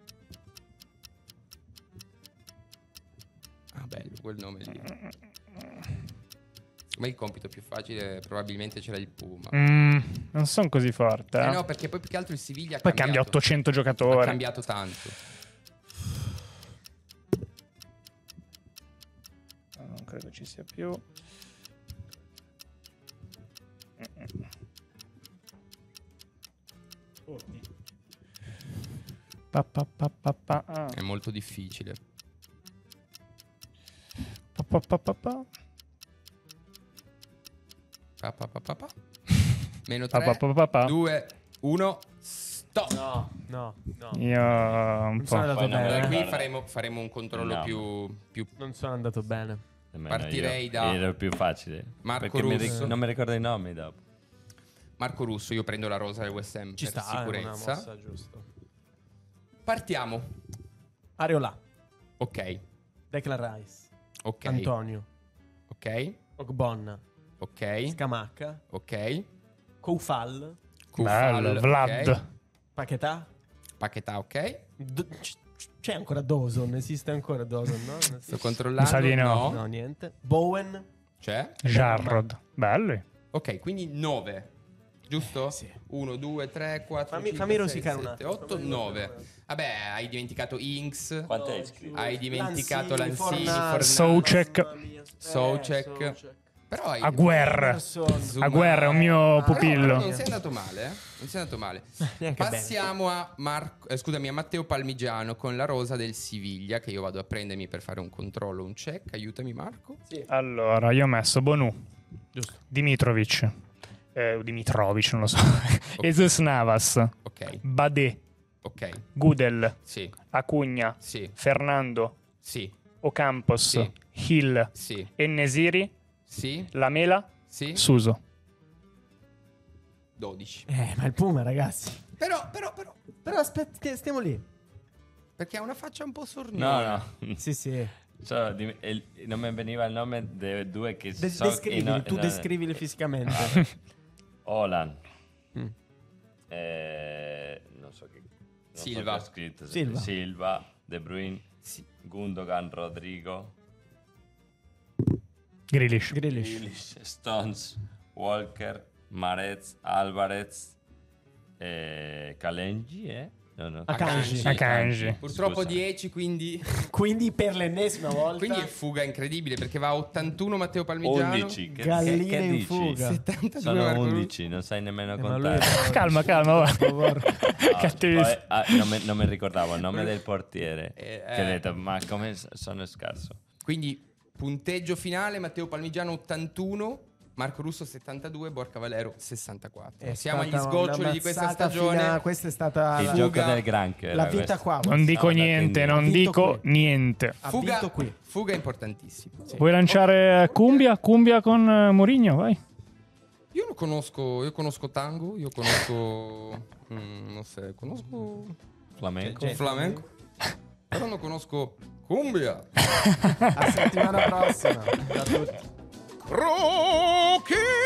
L: Ah, bello, quel nome lì. Ma il compito più facile probabilmente ce l'ha il Puma.
F: Mm, non sono così forte.
L: Eh
F: Eh
L: no, perché poi più che altro il Siviglia ha
F: Poi
L: cambiato,
F: cambia ottocento
L: ha
F: giocatori.
L: cambiato tanto.
F: Non credo ci sia più. Pa, pa, pa, pa, pa, ah.
L: È molto difficile.
F: Pa, pa, pa, pa, pa.
L: Pa, pa, pa, pa, pa. Meno
F: Pa,
L: tre,
F: pa, pa, pa, pa.
L: due, uno, stop.
E: No, no, no.
F: Io un
E: Non
F: po'.
E: sono andato
C: Poi non me
E: bene.
C: la
L: Qui
C: ricordo.
L: faremo, faremo un controllo
C: No.
L: più, più
E: Non sono andato bene.
C: Nemmeno
L: Partirei
C: io.
L: da
C: Era più facile.
L: Marco
C: perché mi
L: Russo.
C: ric- non mi ricordo i nomi dopo.
L: Marco Russo. Io prendo la rosa del West Ham
E: Ci
L: per
E: sta, è una
L: sicurezza.
E: mossa giusto.
L: Partiamo.
E: Areola,
L: Ok,
E: Declan Rice,
L: ok,
E: Antonio,
L: ok,
E: Ogbonna,
L: ok,
E: Scamacca,
L: ok.
E: Koufal,
L: Kufal,
F: Bello,
L: ok.
F: Vlad.
E: Paquetà.
L: Paquetà, ok.
E: D- c- c'è ancora Dawson, esiste ancora Dawson, no? Non
L: Sto
E: esiste.
L: controllando.
F: Mi sa di no.
E: No, niente. Bowen,
L: C'è?
F: Jarrod. Belli.
L: Ok, quindi nove. Giusto?
E: Sì.
L: uno, due, tre, quattro,
E: Fammi-
L: cinque,
E: fammi
L: sei,
E: rosicare un
L: sette,
E: attimo.
L: otto,
E: Fammi
L: nove.
E: rosicare.
L: Vabbè, hai dimenticato Inks.
C: Quanto hai scritto?
L: Hai dimenticato Lanzini,
E: Fornazzi,
F: Soucek.
E: mamma mia. Eh,
L: Soucek.
E: Soucek.
L: Però hai
F: Aguerre.
E: Emerson.
L: Zuma.
F: Aguerre è un mio
E: Ah,
L: Però
F: pupillo.
L: non sei andato male, eh? Non sei andato male.
E: Neanche
L: Passiamo a, Marco, eh, scusami, a Matteo Palmigiano con la rosa del Siviglia, che io vado a prendermi per fare un controllo, un check. Aiutami Marco.
F: Allora, io ho messo Bonu,
E: Giusto.
F: Dimitrovic, eh, Dimitrovic, non lo so, Jesus Navas,
L: Ok,
F: Badé,
L: ok.
F: Gudel,
L: Sì,
F: Acugna,
L: sì,
F: Fernando,
L: sì,
F: Ocampos,
L: Sì.
F: Hill,
L: sì,
F: Ennesiri,
L: sì,
F: Lamela,
L: sì.
F: Suso.
L: dodici.
E: Eh, ma il Puma, ragazzi.
L: Però, però, però.
E: Però aspetta, che stiamo lì.
L: Perché ha una faccia un po' sorniona.
C: No, no.
E: Sì, sì.
C: Cioè, dim- il- non mi veniva il nome dei due che
E: De-
C: so
E: descrivili,
C: che no-
E: tu
C: no-
E: descrivili fisicamente.
C: Olan.
E: Mm.
C: Eh, non so che non so
L: Silva.
C: che ho scritto.
E: Silva.
C: Silva, De Bruyne,
L: Sì.
C: Gundogan, Rodrigo,
F: Grealish.
E: Grealish.
C: Grealish, Stones, Walker, Marez, Alvarez, eh, Kalenji, eh? No, no.
E: Akanji.
F: Akanji.
L: Purtroppo
C: Scusa.
L: dieci, quindi.
E: Quindi per l'ennesima volta.
L: Quindi è fuga incredibile perché va a ottantuno Matteo Palmigiano.
C: undici. Che,
E: Galline
C: che, che
E: in
C: dici?
E: fuga.
L: settantadue
C: Sono
L: Marco Russo.
C: undici, non sai nemmeno
E: Eh, ma lui-
C: contare.
F: Calma, calma. va.
C: Ah,
F: Cattivissimo.
C: poi, ah, non, mi, non mi ricordavo il nome del portiere.
L: Eh,
C: Che ho
L: eh.
C: detto, ma come s- sono scarso?
L: Quindi punteggio finale: Matteo Palmigiano ottantuno, Marco Russo settantadue, Borca Valero sessantaquattro.
E: È
L: Siamo agli
E: stata
L: sgoccioli
E: una
L: di questa
E: mazzata
L: stagione.
E: fino a- Questa è stata
C: Il
E: la,
C: gioco del granchio. era
E: la vita
C: questo.
E: qua.
F: Non dico
C: No, da
F: niente,
C: quindi-
F: non
E: Ha vinto
F: dico
E: qui.
F: niente.
E: Ha
L: Fuga,
E: vinto qui.
L: fuga importantissima.
F: Vuoi lanciare Cumbia? Cumbia con eh, Mourinho, vai.
L: Io non conosco, io conosco tango, io conosco, mm, non so, conosco
C: Flamenco.
L: flamenco, però non conosco cumbia.
E: A settimana prossima. Da tutti.
L: Rocky!